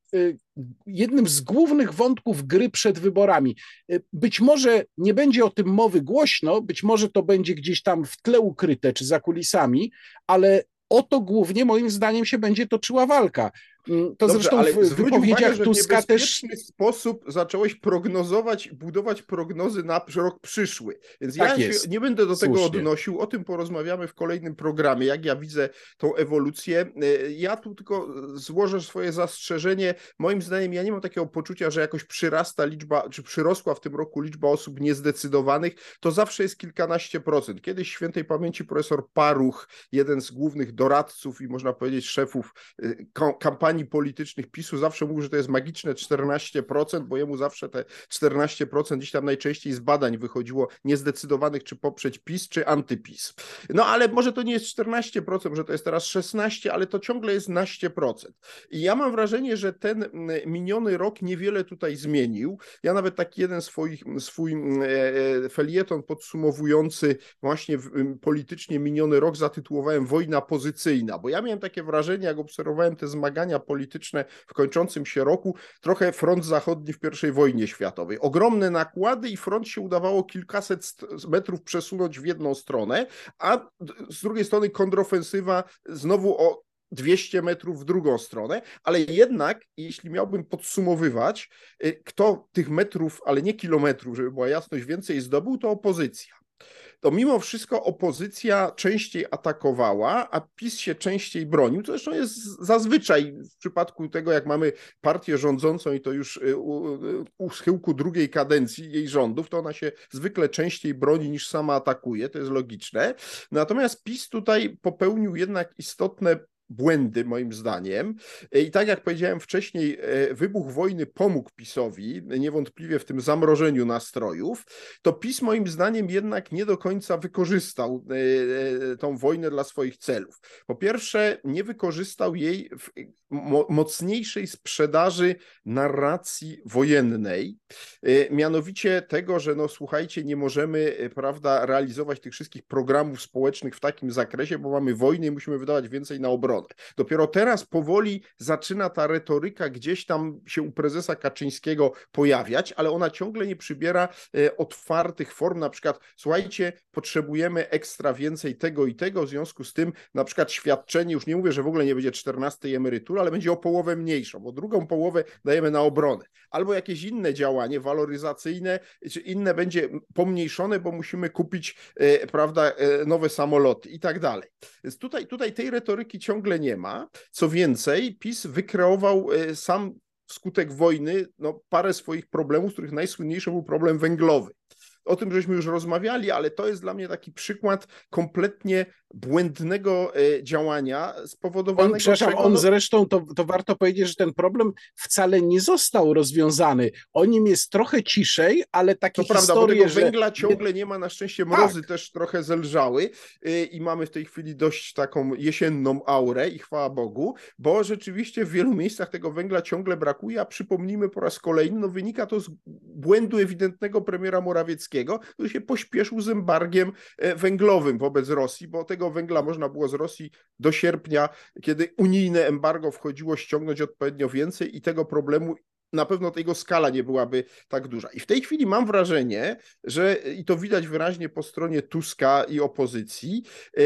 jednym z głównych wątków gry przed wyborami. Być może nie będzie o tym mowy głośno, być może to będzie gdzieś tam w tle ukryte czy za kulisami, ale o to głównie moim zdaniem się będzie toczyła walka. To
Dobrze,
zresztą
ale
w wypowiedziach
uwagę,
Tuska
w
też...
sposób zacząłeś prognozować, budować prognozy na rok przyszły. Więc
tak
ja
jest.
się nie będę do tego
Słusznie.
odnosił, o tym porozmawiamy w kolejnym programie, jak ja widzę tą ewolucję. Ja tu tylko złożę swoje zastrzeżenie. Moim zdaniem ja nie mam takiego poczucia, że jakoś przyrasta liczba, czy przyrosła w tym roku liczba osób niezdecydowanych. To zawsze jest kilkanaście procent. Kiedyś świętej pamięci profesor Paruch, jeden z głównych doradców i można powiedzieć szefów kampanii politycznych PiSu, zawsze mówił, że to jest magiczne czternaście procent, bo jemu zawsze te czternaście procent gdzieś tam najczęściej z badań wychodziło niezdecydowanych, czy poprzeć PiS, czy antyPiS. No ale może to nie jest czternaście procent, że to jest teraz szesnaście, ale to ciągle jest naście procent. I ja mam wrażenie, że ten miniony rok niewiele tutaj zmienił. Ja nawet taki jeden swoich, swój felieton podsumowujący właśnie politycznie miniony rok zatytułowałem Wojna pozycyjna, bo ja miałem takie wrażenie, jak obserwowałem te zmagania polityczne w kończącym się roku, trochę front zachodni w pierwszej wojnie światowej. Ogromne nakłady i front się udawało kilkaset metrów przesunąć w jedną stronę, a z drugiej strony kontrofensywa znowu o dwieście metrów w drugą stronę, ale jednak, jeśli miałbym podsumowywać, kto tych metrów, ale nie kilometrów, żeby była jasność, więcej zdobył, to opozycja. To mimo wszystko opozycja częściej atakowała, a PiS się częściej bronił, co zresztą jest zazwyczaj w przypadku tego, jak mamy partię rządzącą i to już u, u schyłku drugiej kadencji jej rządów, to ona się zwykle częściej broni niż sama atakuje, to jest logiczne. Natomiast PiS tutaj popełnił jednak istotne błędy, moim zdaniem. I tak jak powiedziałem wcześniej, wybuch wojny pomógł PiS-owi, niewątpliwie w tym zamrożeniu nastrojów, to PiS moim zdaniem jednak nie do końca wykorzystał tą wojnę dla swoich celów. Po pierwsze, nie wykorzystał jej w mocniejszej sprzedaży narracji wojennej, mianowicie tego, że no słuchajcie, nie możemy, prawda, realizować tych wszystkich programów społecznych w takim zakresie, bo mamy wojnę i musimy wydawać więcej na obronę. Dopiero teraz powoli zaczyna ta retoryka gdzieś tam się u prezesa Kaczyńskiego pojawiać, ale ona ciągle nie przybiera e, otwartych form, na przykład słuchajcie, potrzebujemy ekstra więcej tego i tego, w związku z tym na przykład świadczenie, już nie mówię, że w ogóle nie będzie czternastej emerytury, ale będzie o połowę mniejszą, bo drugą połowę dajemy na obronę. Albo jakieś inne działanie waloryzacyjne, czy inne będzie pomniejszone, bo musimy kupić e, prawda, e, nowe samoloty i tak dalej. Więc tutaj, tutaj tej retoryki ciągle nie ma. Co więcej, PiS wykreował sam wskutek wojny no, parę swoich problemów, z których najsłynniejszy był problem węglowy. o tym żeśmy już rozmawiali, ale to jest dla mnie taki przykład kompletnie błędnego działania spowodowanego...
On, przepraszam,
czego,
on
no...
zresztą, to, to warto powiedzieć, że ten problem wcale nie został rozwiązany. O nim jest trochę ciszej, ale takie
to
historie,
prawda, bo tego
że...
węgla ciągle nie ma, na szczęście mrozy tak. też trochę zelżały i mamy w tej chwili dość taką jesienną aurę i chwała Bogu, bo rzeczywiście w wielu miejscach tego węgla ciągle brakuje, a przypomnijmy po raz kolejny, no wynika to z błędu ewidentnego premiera Morawieckiego, który się pośpieszył z embargiem węglowym wobec Rosji, bo tego węgla można było z Rosji do sierpnia, kiedy unijne embargo wchodziło, ściągnąć odpowiednio więcej i tego problemu na pewno jego skala nie byłaby tak duża. I w tej chwili mam wrażenie, że i to widać wyraźnie po stronie Tuska i opozycji,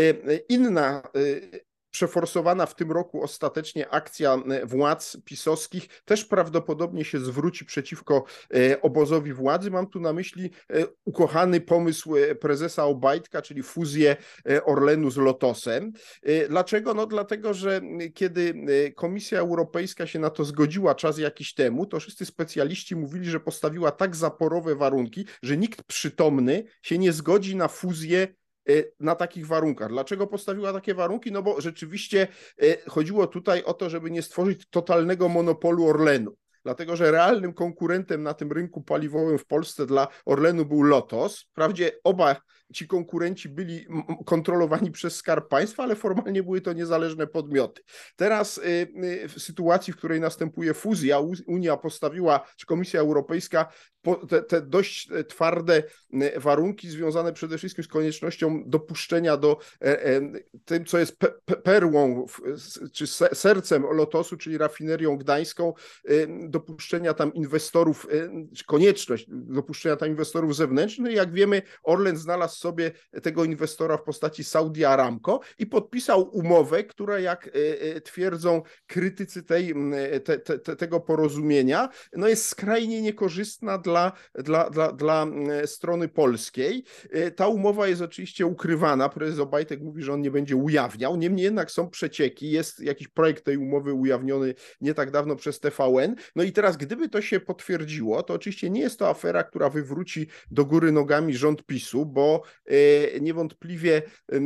inna przeforsowana w tym roku ostatecznie akcja władz pisowskich też prawdopodobnie się zwróci przeciwko obozowi władzy. Mam tu na myśli ukochany pomysł prezesa Obajtka, czyli fuzję Orlenu z Lotosem. Dlaczego? No dlatego, że kiedy Komisja Europejska się na to zgodziła czas jakiś temu, to wszyscy specjaliści mówili, że postawiła tak zaporowe warunki, że nikt przytomny się nie zgodzi na fuzję na takich warunkach. Dlaczego postawiła takie warunki? No bo rzeczywiście chodziło tutaj o to, żeby nie stworzyć totalnego monopolu Orlenu. Dlatego, że realnym konkurentem na tym rynku paliwowym w Polsce dla Orlenu był Lotos. Wprawdzie oba ci konkurenci byli kontrolowani przez Skarb Państwa, ale formalnie były to niezależne podmioty. Teraz w sytuacji, w której następuje fuzja, Unia postawiła, czy Komisja Europejska te, te dość twarde warunki związane przede wszystkim z koniecznością dopuszczenia do tym, co jest perłą, czy sercem Lotosu, czyli rafinerią gdańską, dopuszczenia tam inwestorów, czy konieczność dopuszczenia tam inwestorów zewnętrznych. Jak wiemy, Orlen znalazł sobie tego inwestora w postaci Saudi Aramco i podpisał umowę, która, jak twierdzą krytycy tej, te, te, tego porozumienia, no jest skrajnie niekorzystna dla, dla, dla, dla strony polskiej. Ta umowa jest oczywiście ukrywana. Prezes Obajtek mówi, że on nie będzie ujawniał. Niemniej jednak są przecieki. Jest jakiś projekt tej umowy ujawniony nie tak dawno przez T V N. No i teraz, gdyby to się potwierdziło, to oczywiście nie jest to afera, która wywróci do góry nogami rząd PiSu, bo niewątpliwie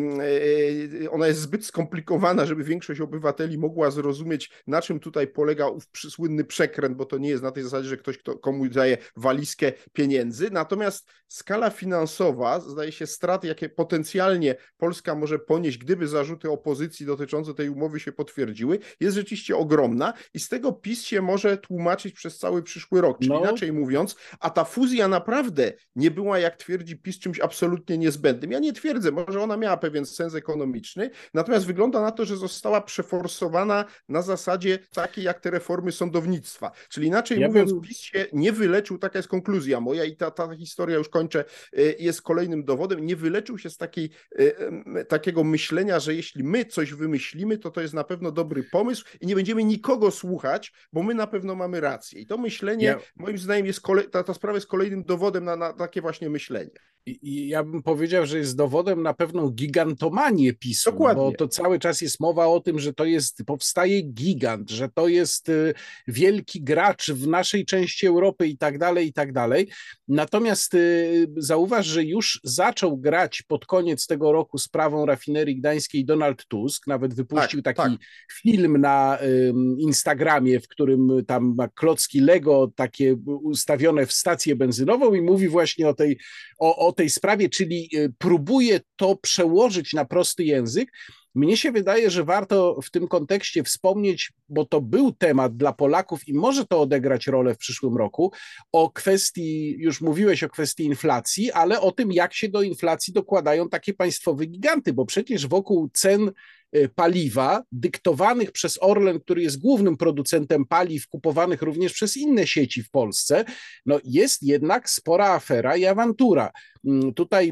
ona jest zbyt skomplikowana, żeby większość obywateli mogła zrozumieć, na czym tutaj polega ów słynny przekręt, bo to nie jest na tej zasadzie, że ktoś kto, komuś daje walizkę pieniędzy. Natomiast skala finansowa, zdaje się, strat, jakie potencjalnie Polska może ponieść, gdyby zarzuty opozycji dotyczące tej umowy się potwierdziły, jest rzeczywiście ogromna i z tego PiS się może tłumaczyć przez cały przyszły rok. Czyli no. inaczej mówiąc, a ta fuzja naprawdę nie była, jak twierdzi PiS, czymś absolutnie niezbędnym. Ja nie twierdzę, może ona miała pewien sens ekonomiczny, natomiast wygląda na to, że została przeforsowana na zasadzie takiej, jak te reformy sądownictwa. Czyli inaczej ja mówiąc, bym... PiS się nie wyleczył, taka jest konkluzja moja i ta, ta historia, już kończę, jest kolejnym dowodem, nie wyleczył się z takiej, takiego myślenia, że jeśli my coś wymyślimy, to to jest na pewno dobry pomysł i nie będziemy nikogo słuchać, bo my na pewno mamy rację. I to myślenie, ja... moim zdaniem, jest kolej... ta, ta sprawa jest kolejnym dowodem na, na takie właśnie myślenie.
I ja bym powiedział, że jest dowodem na pewną gigantomanię PiSu,
Dokładnie.
Bo to cały czas jest mowa o tym, że to jest, powstaje gigant, że to jest wielki gracz w naszej części Europy i tak dalej, i tak dalej. Natomiast zauważ, że już zaczął grać pod koniec tego roku sprawą rafinerii gdańskiej Donald Tusk, nawet wypuścił tak, taki tak. film na Instagramie, w którym tam ma klocki Lego takie ustawione w stację benzynową i mówi właśnie o tej, o, o tej sprawie, czyli próbuje to przełożyć na prosty język. Mnie się wydaje, że warto w tym kontekście wspomnieć, bo to był temat dla Polaków i może to odegrać rolę w przyszłym roku, o kwestii, już mówiłeś o kwestii inflacji, ale o tym, jak się do inflacji dokładają takie państwowe giganty, bo przecież wokół cen paliwa dyktowanych przez Orlen, który jest głównym producentem paliw, kupowanych również przez inne sieci w Polsce, no jest jednak spora afera i awantura. Tutaj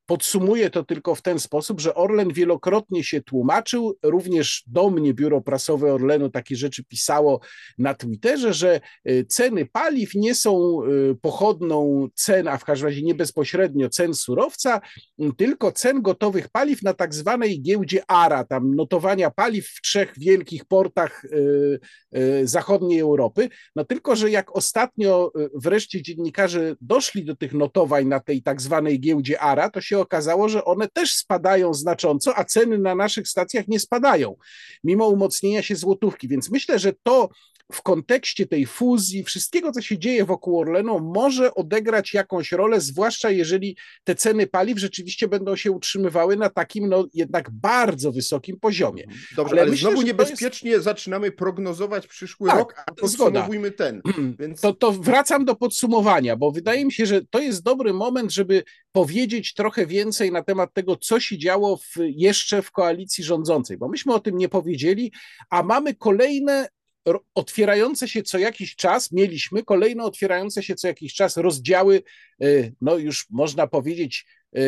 Podsumuję to tylko w ten sposób, że Orlen wielokrotnie się tłumaczył, również do mnie biuro prasowe Orlenu takie rzeczy pisało na Twitterze, że ceny paliw nie są pochodną cen, a w każdym razie nie bezpośrednio cen surowca, tylko cen gotowych paliw na tak zwanej giełdzie A R A, tam notowania paliw w trzech wielkich portach zachodniej Europy. No tylko, że jak ostatnio wreszcie dziennikarze doszli do tych notowań na tej tak zwanej giełdzie A R A, to się okazało, że one też spadają znacząco, a ceny na naszych stacjach nie spadają, mimo umocnienia się złotówki. Więc myślę, że to w kontekście tej fuzji, wszystkiego, co się dzieje wokół Orlenu, może odegrać jakąś rolę, zwłaszcza jeżeli te ceny paliw rzeczywiście będą się utrzymywały na takim, no jednak bardzo wysokim poziomie.
Dobrze, ale, ale myślę, znowu niebezpiecznie jest... zaczynamy prognozować przyszły tak, rok, a podsumowujmy zgoda. ten. Więc...
To, to wracam do podsumowania, bo wydaje mi się, że to jest dobry moment, żeby powiedzieć trochę więcej na temat tego, co się działo w, jeszcze w koalicji rządzącej, bo myśmy o tym nie powiedzieli, a mamy kolejne otwierające się co jakiś czas, mieliśmy kolejne otwierające się co jakiś czas rozdziały, no już można powiedzieć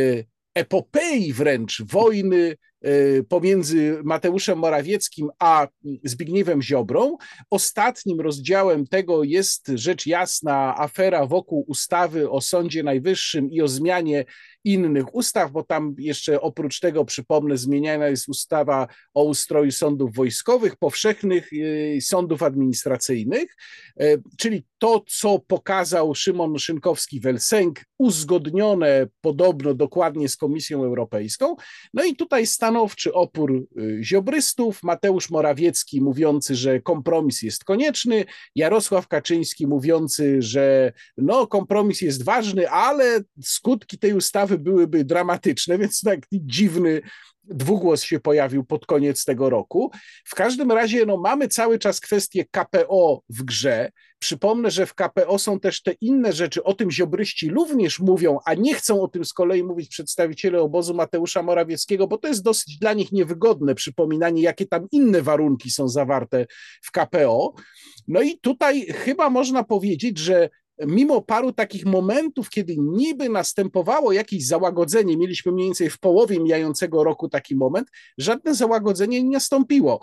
epopei wręcz wojny pomiędzy Mateuszem Morawieckim a Zbigniewem Ziobrą. Ostatnim rozdziałem tego jest rzecz jasna afera wokół ustawy o Sądzie Najwyższym i o zmianie innych ustaw, bo tam jeszcze oprócz tego, przypomnę, zmieniana jest ustawa o ustroju sądów wojskowych, powszechnych sądów administracyjnych, czyli to, co pokazał Szymon Szynkowski-Welsenk, uzgodnione podobno dokładnie z Komisją Europejską. No i tutaj stanowczy opór ziobrystów, Mateusz Morawiecki mówiący, że kompromis jest konieczny, Jarosław Kaczyński mówiący, że no, kompromis jest ważny, ale skutki tej ustawy byłyby dramatyczne, więc taki dziwny dwugłos się pojawił pod koniec tego roku. W każdym razie no, mamy cały czas kwestię K P O w grze. Przypomnę, że w K P O są też te inne rzeczy, o tym ziobryści również mówią, a nie chcą o tym z kolei mówić przedstawiciele obozu Mateusza Morawieckiego, bo to jest dosyć dla nich niewygodne przypominanie, jakie tam inne warunki są zawarte w K P O. No i tutaj chyba można powiedzieć, że mimo paru takich momentów, kiedy niby następowało jakieś załagodzenie, mieliśmy mniej więcej w połowie mijającego roku taki moment, żadne załagodzenie nie nastąpiło.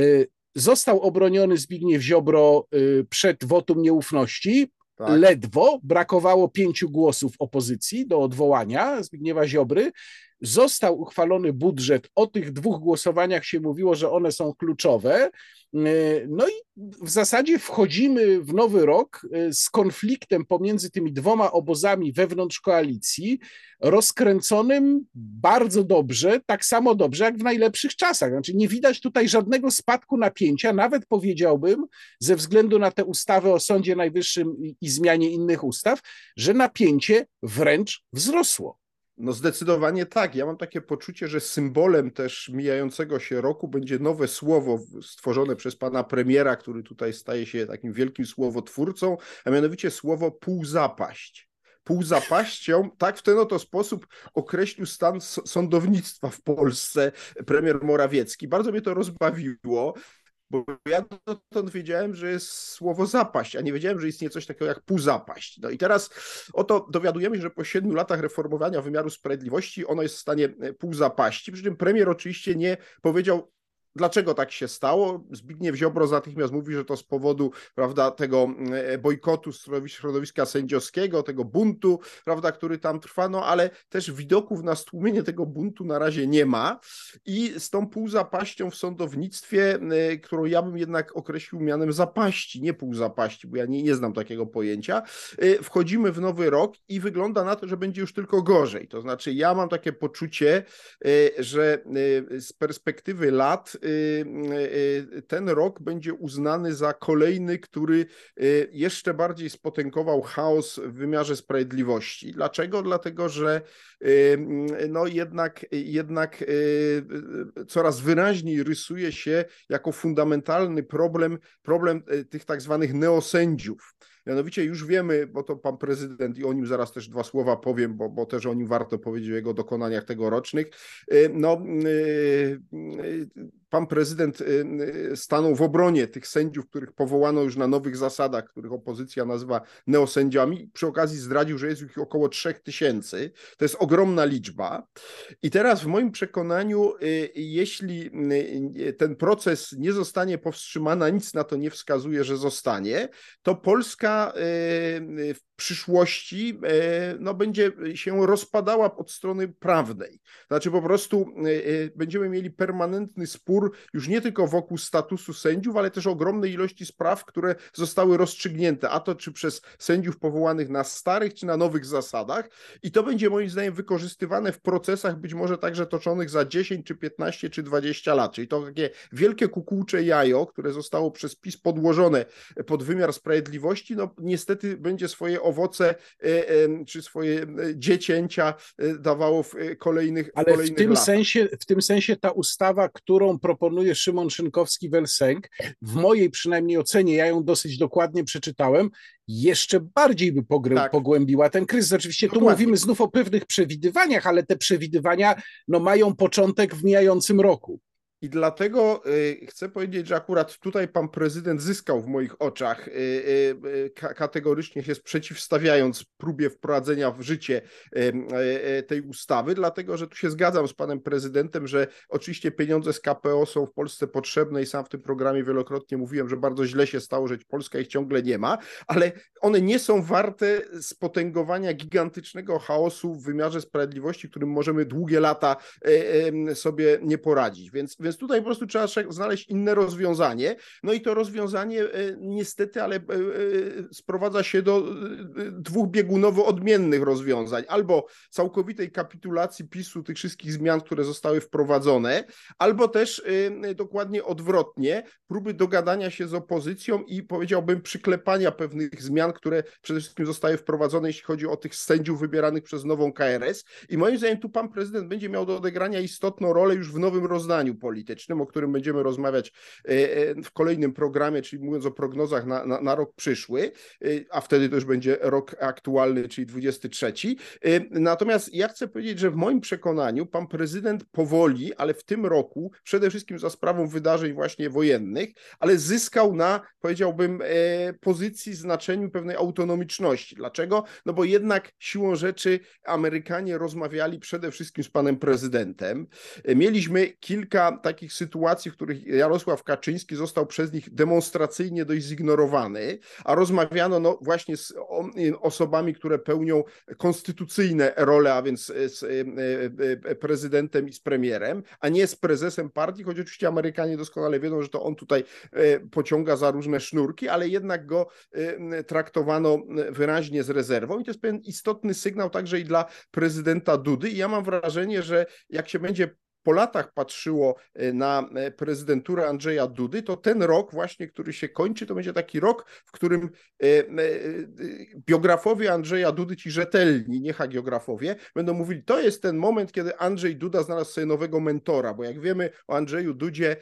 Został obroniony Zbigniew Ziobro przed wotum nieufności, tak. Ledwo, brakowało pięciu głosów opozycji do odwołania Zbigniewa Ziobry. Został uchwalony budżet, o tych dwóch głosowaniach się mówiło, że one są kluczowe. No i w zasadzie wchodzimy w nowy rok z konfliktem pomiędzy tymi dwoma obozami wewnątrz koalicji, rozkręconym bardzo dobrze, tak samo dobrze jak w najlepszych czasach. Znaczy nie widać tutaj żadnego spadku napięcia, nawet powiedziałbym, ze względu na tę ustawę o Sądzie Najwyższym i zmianie innych ustaw, że napięcie wręcz wzrosło.
No zdecydowanie tak. Ja mam takie poczucie, że symbolem też mijającego się roku będzie nowe słowo stworzone przez pana premiera, który tutaj staje się takim wielkim słowotwórcą, a mianowicie słowo półzapaść. Półzapaścią, tak w ten oto sposób określił stan sądownictwa w Polsce premier Morawiecki. Bardzo mnie to rozbawiło, bo ja dotąd wiedziałem, że jest słowo zapaść, a nie wiedziałem, że istnieje coś takiego jak półzapaść. No i teraz oto dowiadujemy się, że po siedmiu latach reformowania wymiaru sprawiedliwości ono jest w stanie półzapaści, przy czym premier oczywiście nie powiedział, dlaczego tak się stało. Zbigniew Ziobro natychmiast mówi, że to z powodu, prawda, tego bojkotu środowiska sędziowskiego, tego buntu, prawda, który tam trwa, no ale też widoków na stłumienie tego buntu na razie nie ma i z tą półzapaścią w sądownictwie, którą ja bym jednak określił mianem zapaści, nie półzapaści, bo ja nie, nie znam takiego pojęcia, wchodzimy w nowy rok i wygląda na to, że będzie już tylko gorzej. To znaczy ja mam takie poczucie, że z perspektywy lat ten rok będzie uznany za kolejny, który jeszcze bardziej spotęgował chaos w wymiarze sprawiedliwości. Dlaczego? Dlatego, że no jednak, jednak coraz wyraźniej rysuje się jako fundamentalny problem, problem tych tak zwanych neosędziów. Mianowicie już wiemy, bo to pan prezydent i o nim zaraz też dwa słowa powiem, bo, bo też o nim warto powiedzieć, o jego dokonaniach tegorocznych. No, pan prezydent stanął w obronie tych sędziów, których powołano już na nowych zasadach, których opozycja nazywa neosędziami. Przy okazji zdradził, że jest ich około trzech tysięcy. To jest ogromna liczba. I teraz w moim przekonaniu, jeśli ten proces nie zostanie powstrzymany, a nic na to nie wskazuje, że zostanie, to Polska w przyszłości no, będzie się rozpadała od strony prawnej. Znaczy po prostu będziemy mieli permanentny spór już nie tylko wokół statusu sędziów, ale też ogromnej ilości spraw, które zostały rozstrzygnięte, a to czy przez sędziów powołanych na starych, czy na nowych zasadach. I to będzie moim zdaniem wykorzystywane w procesach być może także toczonych za dziesięć, czy piętnaście, czy dwadzieścia lat. Czyli to takie wielkie kukułcze jajo, które zostało przez PiS podłożone pod wymiar sprawiedliwości, no niestety będzie swoje owoce czy swoje dziecięcia dawało w kolejnych,
Ale
kolejnych
w tym
latach.
sensie, w tym sensie ta ustawa, którą proponuje Szymon Szynkowski-Welsenk, w mojej przynajmniej ocenie, ja ją dosyć dokładnie przeczytałem, jeszcze bardziej by pogr-
Tak.
pogłębiła ten kryzys. Oczywiście tu
Dokładnie.
mówimy znów o pewnych przewidywaniach, ale te przewidywania no, mają początek w mijającym roku.
I dlatego y, chcę powiedzieć, że akurat tutaj pan prezydent zyskał w moich oczach, y, y, ka- kategorycznie się sprzeciwstawiając próbie wprowadzenia w życie y, y, tej ustawy, dlatego że tu się zgadzam z panem prezydentem, że oczywiście pieniądze z K P O są w Polsce potrzebne i sam w tym programie wielokrotnie mówiłem, że bardzo źle się stało, że Polska ich ciągle nie ma, ale one nie są warte spotęgowania gigantycznego chaosu w wymiarze sprawiedliwości, którym możemy długie lata y, y, sobie nie poradzić. Więc, więc tutaj po prostu trzeba znaleźć inne rozwiązanie. No i to rozwiązanie niestety, ale sprowadza się do dwóch biegunowo odmiennych rozwiązań. Albo całkowitej kapitulacji PiSu tych wszystkich zmian, które zostały wprowadzone, albo też dokładnie odwrotnie, próby dogadania się z opozycją i powiedziałbym przyklepania pewnych zmian, które przede wszystkim zostały wprowadzone, jeśli chodzi o tych sędziów wybieranych przez nową K R S. I moim zdaniem tu pan prezydent będzie miał do odegrania istotną rolę już w nowym rozdaniu politycznym, o którym będziemy rozmawiać w kolejnym programie, czyli mówiąc o prognozach na, na, na rok przyszły, a wtedy to już będzie rok aktualny, czyli dwudziesty trzeci. Natomiast ja chcę powiedzieć, że w moim przekonaniu pan prezydent powoli, ale w tym roku, przede wszystkim za sprawą wydarzeń właśnie wojennych, ale zyskał na, powiedziałbym, pozycji, znaczeniu pewnej autonomiczności. Dlaczego? No bo jednak siłą rzeczy Amerykanie rozmawiali przede wszystkim z panem prezydentem. Mieliśmy kilka takich sytuacji, w których Jarosław Kaczyński został przez nich demonstracyjnie dość zignorowany, a rozmawiano no właśnie z osobami, które pełnią konstytucyjne role, a więc z prezydentem i z premierem, a nie z prezesem partii, choć oczywiście Amerykanie doskonale wiedzą, że to on tutaj pociąga za różne sznurki, ale jednak go traktowano wyraźnie z rezerwą i to jest pewien istotny sygnał także i dla prezydenta Dudy i ja mam wrażenie, że jak się będzie po latach patrzyło na prezydenturę Andrzeja Dudy, to ten rok właśnie, który się kończy, to będzie taki rok, w którym biografowie Andrzeja Dudy, ci rzetelni, nie hagiografowie, będą mówili, to jest ten moment, kiedy Andrzej Duda znalazł sobie nowego mentora, bo jak wiemy o Andrzeju Dudzie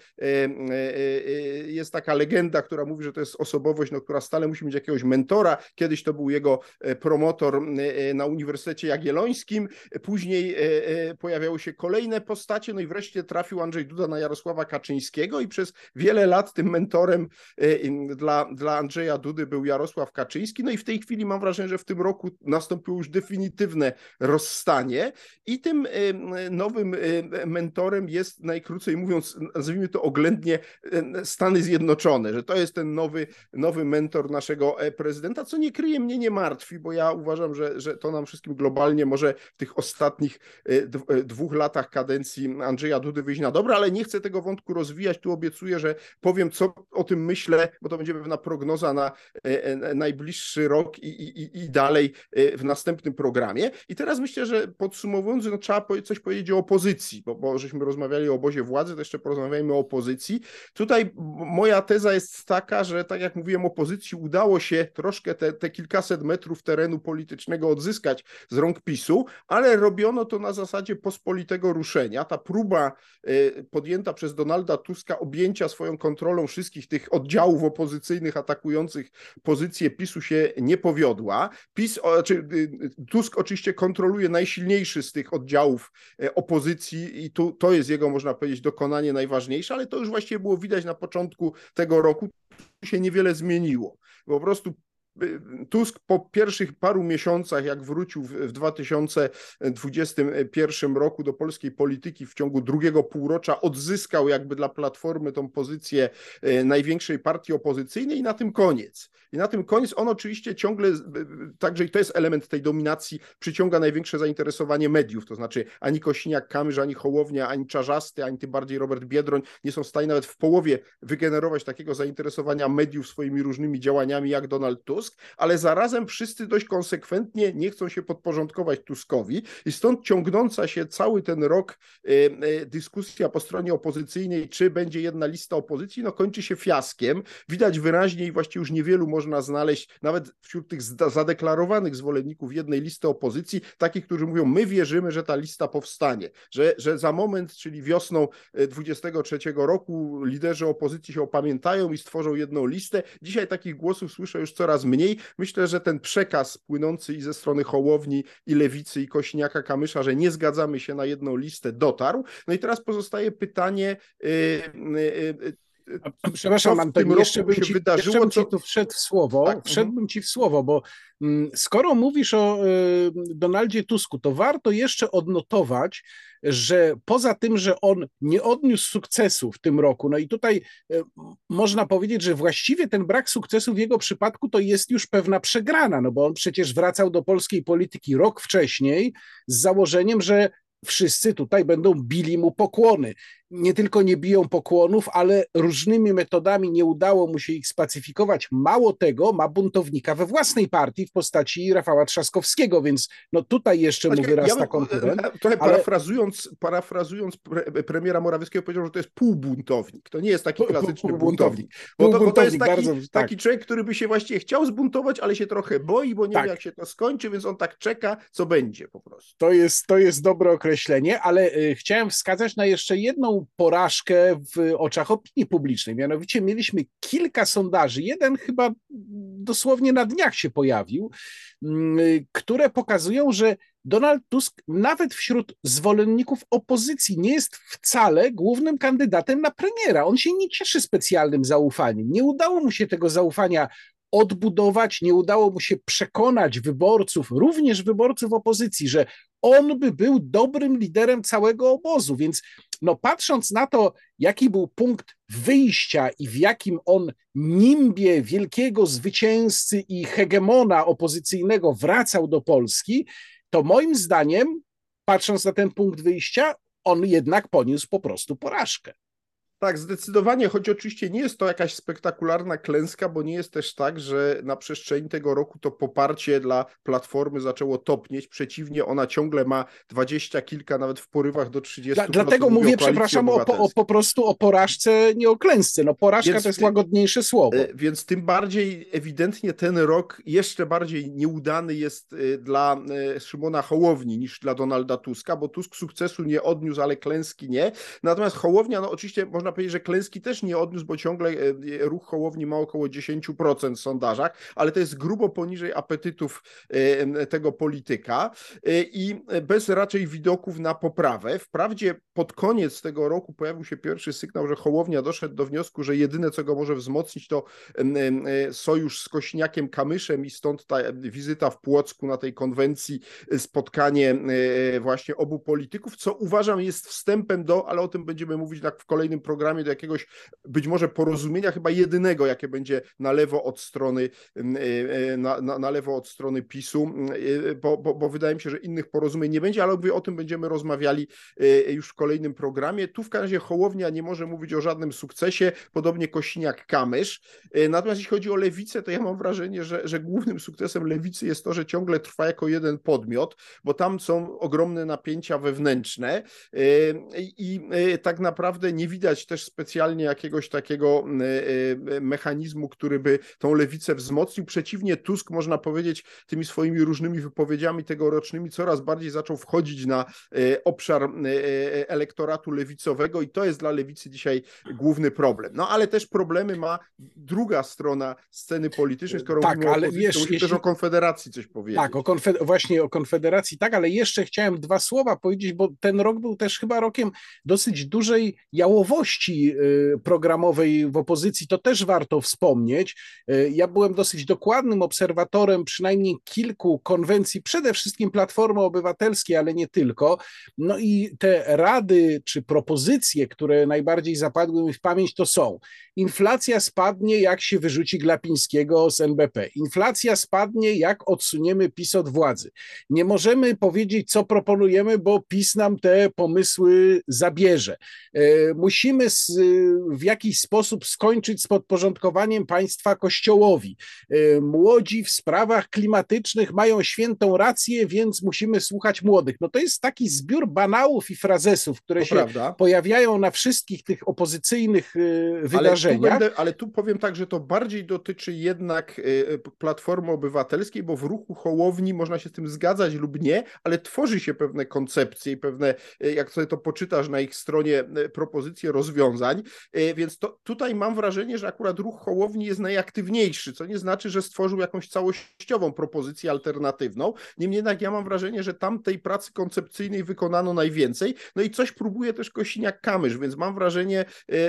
jest taka legenda, która mówi, że to jest osobowość, no, która stale musi mieć jakiegoś mentora. Kiedyś to był jego promotor na Uniwersytecie Jagiellońskim, później pojawiały się kolejne postacie, no i wreszcie trafił Andrzej Duda na Jarosława Kaczyńskiego i przez wiele lat tym mentorem dla, dla Andrzeja Dudy był Jarosław Kaczyński. No i w tej chwili mam wrażenie, że w tym roku nastąpiło już definitywne rozstanie i tym nowym mentorem jest, najkrócej mówiąc, nazwijmy to oględnie, Stany Zjednoczone, że to jest ten nowy, nowy mentor naszego prezydenta, co nie kryje, mnie nie martwi, bo ja uważam, że, że to nam wszystkim globalnie może w tych ostatnich dwóch latach kadencji Andrzeja Dudy wyjść na dobre, ale nie chcę tego wątku rozwijać. Tu obiecuję, że powiem, co o tym myślę, bo to będzie pewna prognoza na najbliższy rok i, i, i dalej w następnym programie. I teraz myślę, że podsumowując, no, trzeba coś powiedzieć o opozycji, bo, bo żeśmy rozmawiali o obozie władzy, to jeszcze porozmawiajmy o opozycji. Tutaj moja teza jest taka, że tak jak mówiłem, opozycji udało się troszkę te, te kilkaset metrów terenu politycznego odzyskać z rąk PiSu, ale robiono to na zasadzie pospolitego ruszenia. Ta próba podjęta przez Donalda Tuska objęcia swoją kontrolą wszystkich tych oddziałów opozycyjnych atakujących pozycję PiSu się nie powiodła. PiS, czy Tusk oczywiście kontroluje najsilniejszy z tych oddziałów opozycji i tu, to jest jego, można powiedzieć, dokonanie najważniejsze, ale to już właściwie było widać na początku tego roku, się niewiele zmieniło. Po prostu Tusk po pierwszych paru miesiącach, jak wrócił w dwa tysiące dwudziestym pierwszym roku do polskiej polityki, w ciągu drugiego półrocza odzyskał jakby dla Platformy tą pozycję największej partii opozycyjnej i na tym koniec. I na tym koniec on oczywiście ciągle, także i to jest element tej dominacji, przyciąga największe zainteresowanie mediów, to znaczy ani Kosiniak-Kamysz, ani Hołownia, ani Czarzasty, ani tym bardziej Robert Biedroń nie są w stanie nawet w połowie wygenerować takiego zainteresowania mediów swoimi różnymi działaniami jak Donald Tusk, ale zarazem wszyscy dość konsekwentnie nie chcą się podporządkować Tuskowi i stąd ciągnąca się cały ten rok dyskusja po stronie opozycyjnej, czy będzie jedna lista opozycji, no kończy się fiaskiem. Widać wyraźnie i właściwie już niewielu można znaleźć, nawet wśród tych zadeklarowanych zwolenników jednej listy opozycji, takich, którzy mówią, my wierzymy, że ta lista powstanie, że, że za moment, czyli wiosną dwudziestego trzeciego roku liderzy opozycji się opamiętają i stworzą jedną listę. Dzisiaj takich głosów słyszę już coraz mniej. Myślę, że ten przekaz płynący i ze strony Hołowni, i Lewicy, i Kosiniaka-Kamysza, że nie zgadzamy się na jedną listę, dotarł. No i teraz pozostaje pytanie, yy, yy,
A, przepraszam, Antoni, jeszcze bym, ci,
wydarzyło,
jeszcze bym ci
co...
tu wszedł w słowo,
tak,
wszedłbym ci w słowo, bo mm, skoro mówisz o y, Donaldzie Tusku, to warto jeszcze odnotować, że poza tym, że on nie odniósł sukcesu w tym roku, no i tutaj y, można powiedzieć, że właściwie ten brak sukcesu w jego przypadku to jest już pewna przegrana, no bo on przecież wracał do polskiej polityki rok wcześniej z założeniem, że wszyscy tutaj będą bili mu pokłony. Nie tylko nie biją pokłonów, ale różnymi metodami nie udało mu się ich spacyfikować. Mało tego, ma buntownika we własnej partii w postaci Rafała Trzaskowskiego, więc no tutaj jeszcze mu wyrasta ja konkurent.
Trochę
ale...
parafrazując, parafrazując pre, premiera Morawieckiego, powiedział, że to jest półbuntownik. To nie jest taki klasyczny pół, buntownik. Bo to, bo to jest taki, bardzo, taki tak. człowiek, który by się właściwie chciał zbuntować, ale się trochę boi, bo nie tak. wie, jak się to skończy, więc on tak czeka, co będzie po prostu.
To jest, to jest dobre określenie, ale y, chciałem wskazać na jeszcze jedną porażkę w oczach opinii publicznej. Mianowicie mieliśmy kilka sondaży, jeden chyba dosłownie na dniach się pojawił, które pokazują, że Donald Tusk nawet wśród zwolenników opozycji nie jest wcale głównym kandydatem na premiera. On się nie cieszy specjalnym zaufaniem. Nie udało mu się tego zaufania odbudować, nie udało mu się przekonać wyborców, również wyborców opozycji, że on by był dobrym liderem całego obozu, więc no patrząc na to, jaki był punkt wyjścia i w jakim on nimbie wielkiego zwycięzcy i hegemona opozycyjnego wracał do Polski, to moim zdaniem, patrząc na ten punkt wyjścia, on jednak poniósł po prostu porażkę.
Tak, zdecydowanie, choć oczywiście nie jest to jakaś spektakularna klęska, bo nie jest też tak, że na przestrzeni tego roku to poparcie dla Platformy zaczęło topnieć. Przeciwnie, ona ciągle ma dwadzieścia kilka, nawet w porywach do trzydziestu procent.
Dla, dlatego mówię, przepraszam, o, o, po prostu o porażce, nie o klęsce. No porażka więc to jest ty, łagodniejsze słowo.
Więc tym bardziej ewidentnie ten rok jeszcze bardziej nieudany jest dla Szymona Hołowni niż dla Donalda Tuska, bo Tusk sukcesu nie odniósł, ale klęski nie. Natomiast Hołownia, no oczywiście można powiedzieć, że klęski też nie odniósł, bo ciągle ruch Hołowni ma około dziesięć procent w sondażach, ale to jest grubo poniżej apetytów tego polityka i bez raczej widoków na poprawę. Wprawdzie pod koniec tego roku pojawił się pierwszy sygnał, że Hołownia doszedł do wniosku, że jedyne, co go może wzmocnić, to sojusz z Kośniakiem-Kamyszem i stąd ta wizyta w Płocku na tej konwencji, spotkanie właśnie obu polityków, co uważam jest wstępem do, ale o tym będziemy mówić w kolejnym programie, do jakiegoś być może porozumienia, chyba jedynego, jakie będzie na lewo od strony na, na, na lewo od strony PiSu, bo, bo, bo wydaje mi się, że innych porozumień nie będzie, ale o tym będziemy rozmawiali już w kolejnym programie. Tu w każdym razie Hołownia nie może mówić o żadnym sukcesie, podobnie Kosiniak-Kamysz. Natomiast jeśli chodzi o Lewicę, to ja mam wrażenie, że, że głównym sukcesem Lewicy jest to, że ciągle trwa jako jeden podmiot, bo tam są ogromne napięcia wewnętrzne i, i tak naprawdę nie widać widać też specjalnie jakiegoś takiego mechanizmu, który by tą lewicę wzmocnił. Przeciwnie, Tusk, można powiedzieć, tymi swoimi różnymi wypowiedziami tegorocznymi coraz bardziej zaczął wchodzić na obszar elektoratu lewicowego i to jest dla lewicy dzisiaj główny problem. No ale też problemy ma druga strona sceny politycznej, skoro
tak,
mówimy o
ale
opozycji,
wiesz,
to musimy
jeśli...
też o Konfederacji coś powiedzieć.
Tak, o konfed... właśnie o Konfederacji, tak, ale jeszcze chciałem dwa słowa powiedzieć, bo ten rok był też chyba rokiem dosyć dużej jałowości programowej w opozycji, to też warto wspomnieć. Ja byłem dosyć dokładnym obserwatorem przynajmniej kilku konwencji, przede wszystkim Platformy Obywatelskiej, ale nie tylko. No i te rady czy propozycje, które najbardziej zapadły mi w pamięć, to są: inflacja spadnie, jak się wyrzuci Glapińskiego z N B P. Inflacja spadnie, jak odsuniemy PiS od władzy. Nie możemy powiedzieć, co proponujemy, bo PiS nam te pomysły zabierze. Musimy w jakiś sposób skończyć z podporządkowaniem państwa Kościołowi. Młodzi w sprawach klimatycznych mają świętą rację, więc musimy słuchać młodych. No to jest taki zbiór banałów i frazesów, które
to
się
prawda.
pojawiają na wszystkich tych opozycyjnych wydarzeniach.
Ale tu, będę, ale tu powiem tak, że to bardziej dotyczy jednak Platformy Obywatelskiej, bo w ruchu Hołowni można się z tym zgadzać lub nie, ale tworzy się pewne koncepcje i pewne, jak sobie to poczytasz na ich stronie, propozycje rozwiązań, więc to, tutaj mam wrażenie, że akurat ruch Hołowni jest najaktywniejszy, co nie znaczy, że stworzył jakąś całościową propozycję alternatywną. Niemniej jednak ja mam wrażenie, że tam tej pracy koncepcyjnej wykonano najwięcej, no i coś próbuje też Kosiniak-Kamysz, więc mam wrażenie,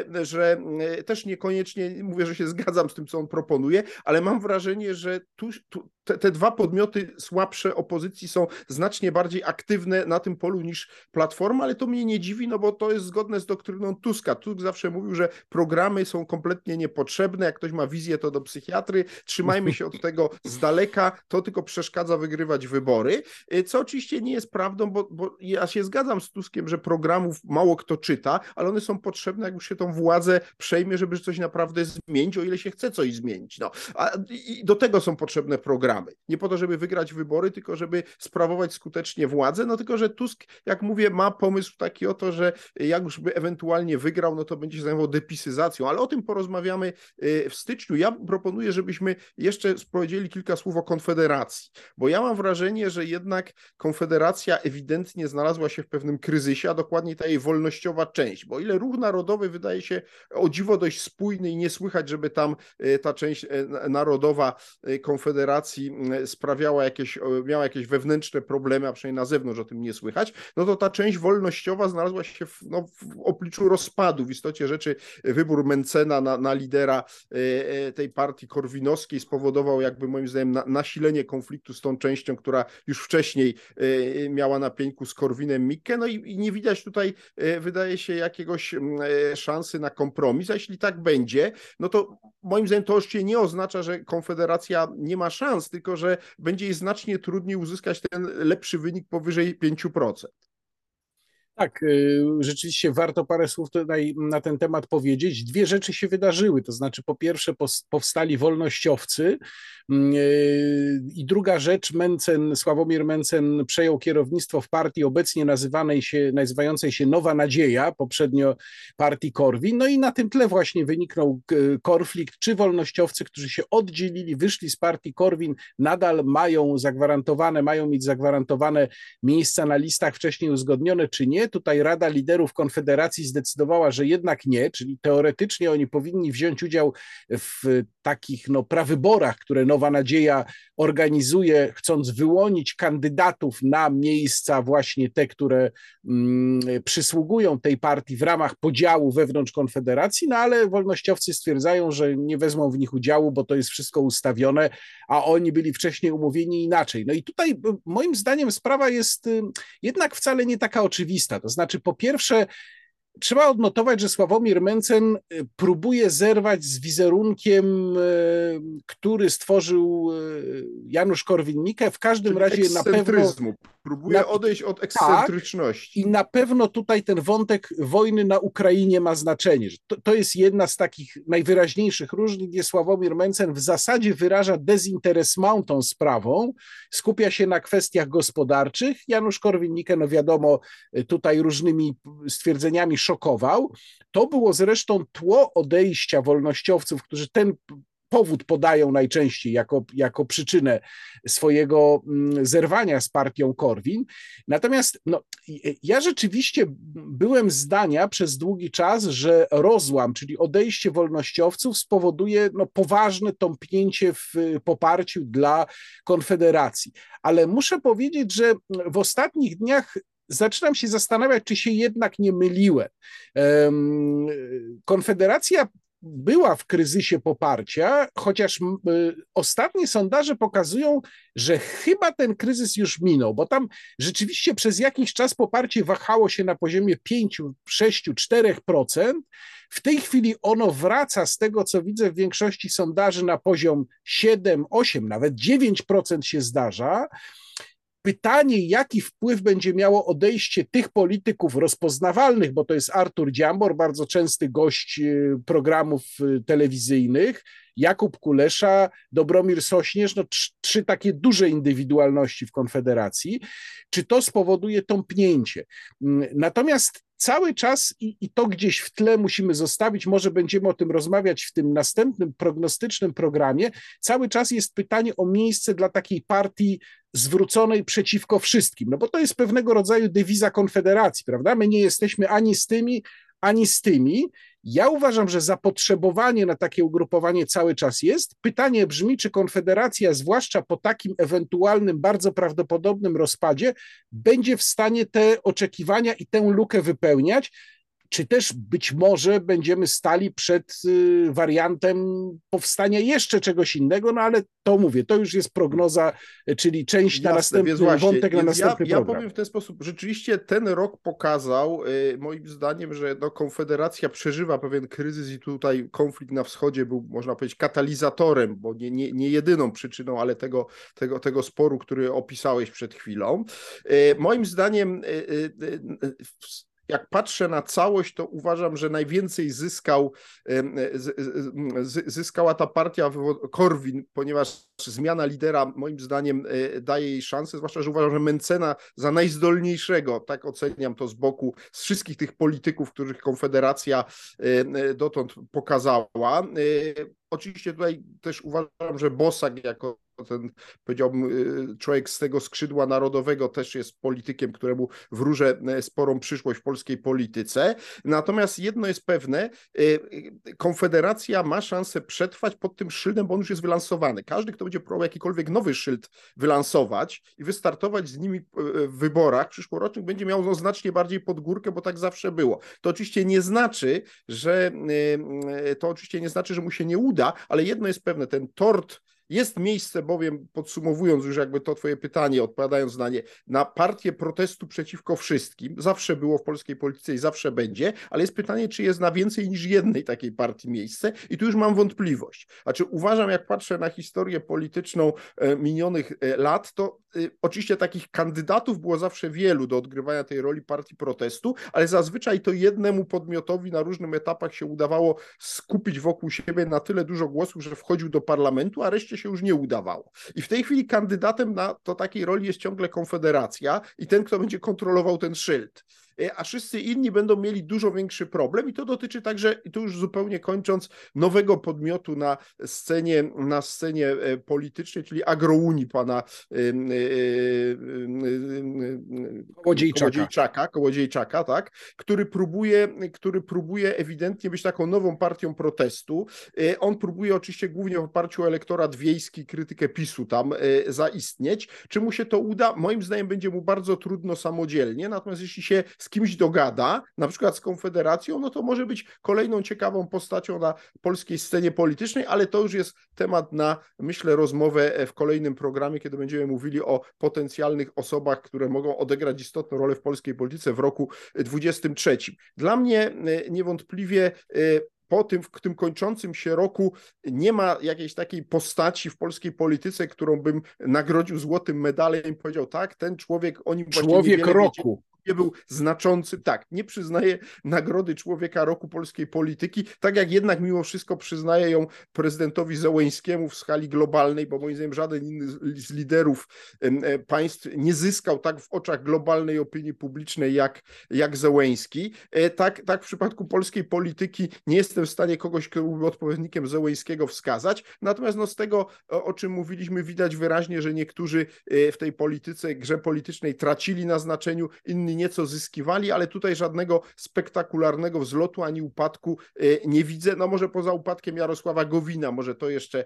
że też niekoniecznie mówię, że się zgadzam z tym, co on proponuje, ale mam wrażenie, że tu, tu te, te dwa podmioty słabsze opozycji są znacznie bardziej aktywne na tym polu niż Platforma, ale to mnie nie dziwi, no bo to jest zgodne z doktryną Tuska. Tusk zawsze mówił, że programy są kompletnie niepotrzebne, jak ktoś ma wizję, to do psychiatry, trzymajmy się od tego z daleka, to tylko przeszkadza wygrywać wybory, co oczywiście nie jest prawdą, bo, bo ja się zgadzam z Tuskiem, że programów mało kto czyta, ale one są potrzebne, jak już się tą władzę przejmie, żeby coś naprawdę zmienić, o ile się chce coś zmienić. No. A, i do tego są potrzebne programy. Nie po to, żeby wygrać wybory, tylko żeby sprawować skutecznie władzę, no tylko, że Tusk, jak mówię, ma pomysł taki o to, że jak już by ewentualnie wygrał, no to będzie się zajmował depisyzacją, ale o tym porozmawiamy w styczniu. Ja proponuję, żebyśmy jeszcze powiedzieli kilka słów o Konfederacji, bo ja mam wrażenie, że jednak Konfederacja ewidentnie znalazła się w pewnym kryzysie, a dokładniej ta jej wolnościowa część, bo o ile Ruch Narodowy wydaje się o dziwo dość spójny i nie słychać, żeby tam ta część narodowa Konfederacji sprawiała jakieś, miała jakieś wewnętrzne problemy, a przynajmniej na zewnątrz o tym nie słychać, no to ta część wolnościowa znalazła się w, no, w obliczu rozpadu. W istocie rzeczy wybór Mentzena na, na lidera tej partii korwinowskiej spowodował jakby moim zdaniem na, nasilenie konfliktu z tą częścią, która już wcześniej miała na pieńku z Korwinem Mikke, no i, i nie widać tutaj, wydaje się, jakiegoś szansy na kompromis, a jeśli tak będzie, no to moim zdaniem to oczywiście nie oznacza, że Konfederacja nie ma szans, tylko że będzie jej znacznie trudniej uzyskać ten lepszy wynik powyżej pięć procent.
Tak, rzeczywiście warto parę słów tutaj na ten temat powiedzieć. Dwie rzeczy się wydarzyły, to znaczy po pierwsze powstali wolnościowcy i druga rzecz, Mentzen, Sławomir Mentzen przejął kierownictwo w partii obecnie nazywanej się, nazywającej się Nowa Nadzieja, poprzednio partii Korwin, no i na tym tle właśnie wyniknął konflikt, czy wolnościowcy, którzy się oddzielili, wyszli z partii Korwin, nadal mają zagwarantowane, mają mieć zagwarantowane miejsca na listach wcześniej uzgodnione, czy nie. Tutaj Rada Liderów Konfederacji zdecydowała, że jednak nie, czyli teoretycznie oni powinni wziąć udział w takich no, prawyborach, które Nowa Nadzieja organizuje, chcąc wyłonić kandydatów na miejsca właśnie te, które mm, przysługują tej partii w ramach podziału wewnątrz Konfederacji, no ale wolnościowcy stwierdzają, że nie wezmą w nich udziału, bo to jest wszystko ustawione, a oni byli wcześniej umówieni inaczej. No i tutaj moim zdaniem sprawa jest jednak wcale nie taka oczywista. To znaczy, po pierwsze, trzeba odnotować, że Sławomir Mentzen próbuje zerwać z wizerunkiem, który stworzył Janusz Korwin-Mikke. W każdym
Czyli
razie na pewno...
Próbuje
na,
odejść od ekscentryczności.
Tak, i na pewno tutaj ten wątek wojny na Ukrainie ma znaczenie. To, to jest jedna z takich najwyraźniejszych różnic, gdzie Sławomir Mentzen w zasadzie wyraża dezinteresment tą sprawą, skupia się na kwestiach gospodarczych. Janusz Korwin-Mikke, no wiadomo, tutaj różnymi stwierdzeniami szokował. To było zresztą tło odejścia wolnościowców, którzy ten powód podają najczęściej jako, jako przyczynę swojego zerwania z partią Korwin. Natomiast no, ja rzeczywiście byłem zdania przez długi czas, że rozłam, czyli odejście wolnościowców spowoduje no, poważne tąpnięcie w poparciu dla Konfederacji. Ale muszę powiedzieć, że w ostatnich dniach zaczynam się zastanawiać, czy się jednak nie myliłem. Konfederacja była w kryzysie poparcia, chociaż y, ostatnie sondaże pokazują, że chyba ten kryzys już minął, bo tam rzeczywiście przez jakiś czas poparcie wahało się na poziomie pięć, sześć, cztery procent. W tej chwili ono wraca z tego, co widzę w większości sondaży na poziom siedem, osiem, nawet dziewięć procent się zdarza. Pytanie, jaki wpływ będzie miało odejście tych polityków rozpoznawalnych, bo to jest Artur Dziambor, bardzo częsty gość programów telewizyjnych, Jakub Kulesza, Dobromir Sośnierz, no trzy, trzy takie duże indywidualności w Konfederacji. Czy to spowoduje tąpnięcie? Natomiast cały czas, i, i to gdzieś w tle musimy zostawić, może będziemy o tym rozmawiać w tym następnym prognostycznym programie, cały czas jest pytanie o miejsce dla takiej partii zwróconej przeciwko wszystkim, no bo to jest pewnego rodzaju dewiza Konfederacji, prawda? My nie jesteśmy ani z tymi, ani z tymi. Ja uważam, że zapotrzebowanie na takie ugrupowanie cały czas jest. Pytanie brzmi, czy Konfederacja, zwłaszcza po takim ewentualnym, bardzo prawdopodobnym rozpadzie, będzie w stanie te oczekiwania i tę lukę wypełniać, czy też być może będziemy stali przed wariantem powstania jeszcze czegoś innego, no ale to mówię, to już jest prognoza, czyli część Jasne, na następny właśnie, wątek na następny
ja,
program.
Ja powiem w ten sposób, rzeczywiście ten rok pokazał, moim zdaniem, że no, Konfederacja przeżywa pewien kryzys i tutaj konflikt na wschodzie był, można powiedzieć, katalizatorem, bo nie, nie, nie jedyną przyczyną, ale tego, tego, tego sporu, który opisałeś przed chwilą. Moim zdaniem jak patrzę na całość, to uważam, że najwięcej zyskał, zyskała ta partia Korwin, ponieważ zmiana lidera moim zdaniem daje jej szansę, zwłaszcza, że uważam, że Mencena za najzdolniejszego, tak oceniam to z boku, z wszystkich tych polityków, których Konfederacja dotąd pokazała. Oczywiście tutaj też uważam, że Bosak jako ten, powiedziałbym, człowiek z tego skrzydła narodowego też jest politykiem, któremu wróżę sporą przyszłość w polskiej polityce. Natomiast jedno jest pewne, Konfederacja ma szansę przetrwać pod tym szyldem, bo on już jest wylansowany. Każdy, kto będzie próbował jakikolwiek nowy szyld wylansować i wystartować z nimi w wyborach przyszłorocznych, będzie miał no znacznie bardziej pod górkę, bo tak zawsze było. To oczywiście nie znaczy, że to oczywiście nie znaczy, że mu się nie uda, ale jedno jest pewne, ten tort. Jest miejsce bowiem, podsumowując już jakby to twoje pytanie, odpowiadając na nie, na partię protestu przeciwko wszystkim. Zawsze było w polskiej polityce i zawsze będzie, ale jest pytanie, czy jest na więcej niż jednej takiej partii miejsce i tu już mam wątpliwość. Znaczy uważam, jak patrzę na historię polityczną minionych lat, to oczywiście takich kandydatów było zawsze wielu do odgrywania tej roli partii protestu, ale zazwyczaj to jednemu podmiotowi na różnych etapach się udawało skupić wokół siebie na tyle dużo głosów, że wchodził do parlamentu, a reszcie się już nie udawało. I w tej chwili kandydatem na to takiej roli jest ciągle Konfederacja i ten, kto będzie kontrolował ten szyld. A wszyscy inni będą mieli dużo większy problem i to dotyczy także, i tu już zupełnie kończąc, nowego podmiotu na scenie, na scenie politycznej, czyli Agrounii pana
Kołodziejczaka.
Kołodziejczaka, Kołodziejczaka, tak, który próbuje, który próbuje ewidentnie być taką nową partią protestu. On próbuje oczywiście głównie w oparciu o elektorat wiejski, krytykę PiSu tam zaistnieć. Czy mu się to uda? Moim zdaniem będzie mu bardzo trudno samodzielnie, natomiast jeśli się z kimś dogada, na przykład z Konfederacją, no to może być kolejną ciekawą postacią na polskiej scenie politycznej, ale to już jest temat na, myślę, rozmowę w kolejnym programie, kiedy będziemy mówili o potencjalnych osobach, które mogą odegrać istotną rolę w polskiej polityce w roku dwudziestym trzecim. Dla mnie niewątpliwie po tym, w tym kończącym się roku nie ma jakiejś takiej postaci w polskiej polityce, którą bym nagrodził złotym medalem i powiedział, tak, ten człowiek o nim
Człowiek roku.
Wiecie. nie był znaczący, tak, nie przyznaje nagrody Człowieka Roku polskiej polityki, tak jak jednak mimo wszystko przyznaje ją prezydentowi Zełenskiemu w skali globalnej, bo moim zdaniem żaden inny z liderów państw nie zyskał tak w oczach globalnej opinii publicznej jak, jak Zełenski. Tak, tak w przypadku polskiej polityki nie jestem w stanie kogoś, kto byłby odpowiednikiem Zełenskiego wskazać, natomiast no z tego, o czym mówiliśmy, widać wyraźnie, że niektórzy w tej polityce, grze politycznej tracili na znaczeniu, inni nieco zyskiwali, ale tutaj żadnego spektakularnego wzlotu ani upadku nie widzę. No może poza upadkiem Jarosława Gowina, może to jeszcze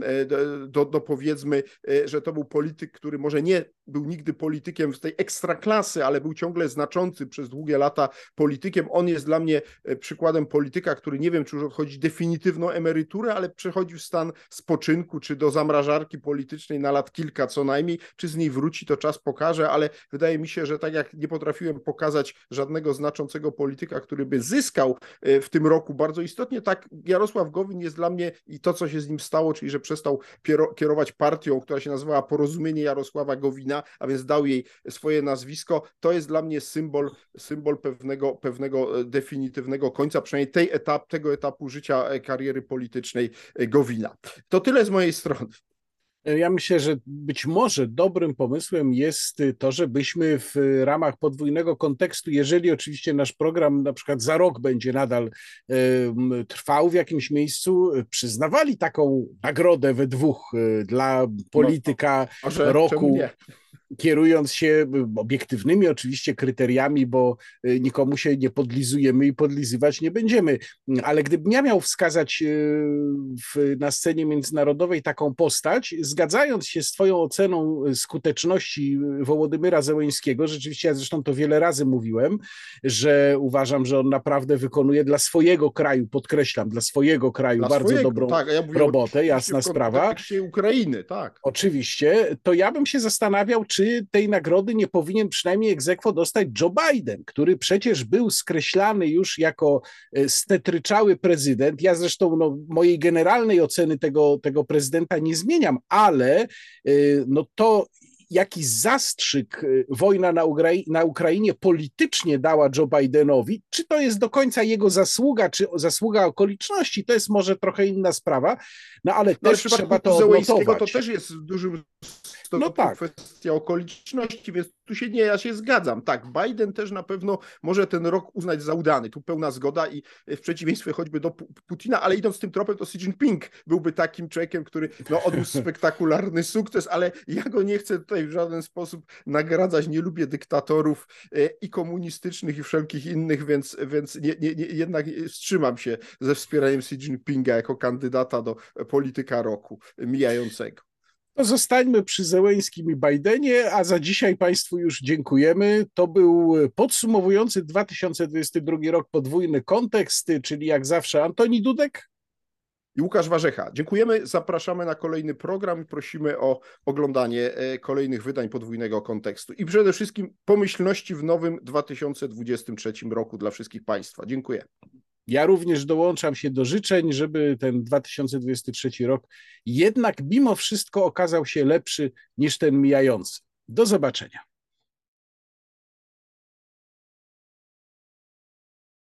do, do powiedzmy, że to był polityk, który może nie był nigdy politykiem z tej ekstraklasy, ale był ciągle znaczący przez długie lata politykiem. On jest dla mnie przykładem polityka, który nie wiem, czy już odchodzi definitywną emeryturę, ale przechodzi w stan spoczynku, czy do zamrażarki politycznej na lat kilka co najmniej, czy z niej wróci, to czas pokaże, ale wydaje mi się, że tak jak nie potrafiłem pokazać żadnego znaczącego polityka, który by zyskał w tym roku bardzo istotnie, tak Jarosław Gowin jest dla mnie i to, co się z nim stało, czyli że przestał kierować partią, która się nazywała Porozumienie Jarosława Gowina, a więc dał jej swoje nazwisko, to jest dla mnie symbol, symbol pewnego, pewnego definitywnego końca, przynajmniej tej etap, tego etapu życia, kariery politycznej Gowina. To tyle z mojej strony.
Ja myślę, że być może dobrym pomysłem jest to, żebyśmy w ramach podwójnego kontekstu, jeżeli oczywiście nasz program na przykład za rok będzie nadal e, trwał w jakimś miejscu, przyznawali taką nagrodę we dwóch e, dla polityka
no,
roku. Kierując się obiektywnymi oczywiście kryteriami, bo nikomu się nie podlizujemy i podlizywać nie będziemy. Ale gdybym ja miał wskazać w, na scenie międzynarodowej taką postać, zgadzając się z twoją oceną skuteczności Wołodymyra Zełenskiego, rzeczywiście ja zresztą to wiele razy mówiłem, że uważam, że on naprawdę wykonuje dla swojego kraju, podkreślam, dla swojego kraju dla bardzo swojego, dobrą
tak, ja
robotę, jasna
w
sprawa.
W Ukrainy, tak.
Oczywiście, to ja bym się zastanawiał, czy czy tej nagrody nie powinien przynajmniej ex aequo dostać Joe Biden, który przecież był skreślany już jako stetryczały prezydent. Ja zresztą no, mojej generalnej oceny tego, tego prezydenta nie zmieniam, ale no to jaki zastrzyk wojna na, Ukrai- na Ukrainie politycznie dała Joe Bidenowi, czy to jest do końca jego zasługa, czy zasługa okoliczności, to jest może trochę inna sprawa, no ale no, też trzeba to odnotować.
To też jest w dużym to
no tak.
kwestia okoliczności, więc tu się nie, ja się zgadzam. Tak, Biden też na pewno może ten rok uznać za udany. Tu pełna zgoda i w przeciwieństwie choćby do Putina, ale idąc tym tropem, to Xi Jinping byłby takim człowiekiem, który no, odniósł spektakularny sukces, ale ja go nie chcę tutaj w żaden sposób nagradzać. Nie lubię dyktatorów i komunistycznych i wszelkich innych, więc, więc nie, nie, nie, jednak wstrzymam się ze wspieraniem Xi Jinpinga jako kandydata do polityka roku mijającego.
To zostańmy przy Zełenskim i Bidenie, a za dzisiaj Państwu już dziękujemy. To był podsumowujący dwa tysiące dwudziesty drugi rok podwójny kontekst, czyli jak zawsze Antoni Dudek
i Łukasz Warzecha. Dziękujemy, zapraszamy na kolejny program i prosimy o oglądanie kolejnych wydań podwójnego kontekstu i przede wszystkim pomyślności w nowym dwa tysiące dwudziestym trzecim roku dla wszystkich Państwa. Dziękuję.
Ja również dołączam się do życzeń, żeby ten dwa tysiące dwudziesty trzeci rok jednak mimo wszystko okazał się lepszy niż ten mijający. Do zobaczenia.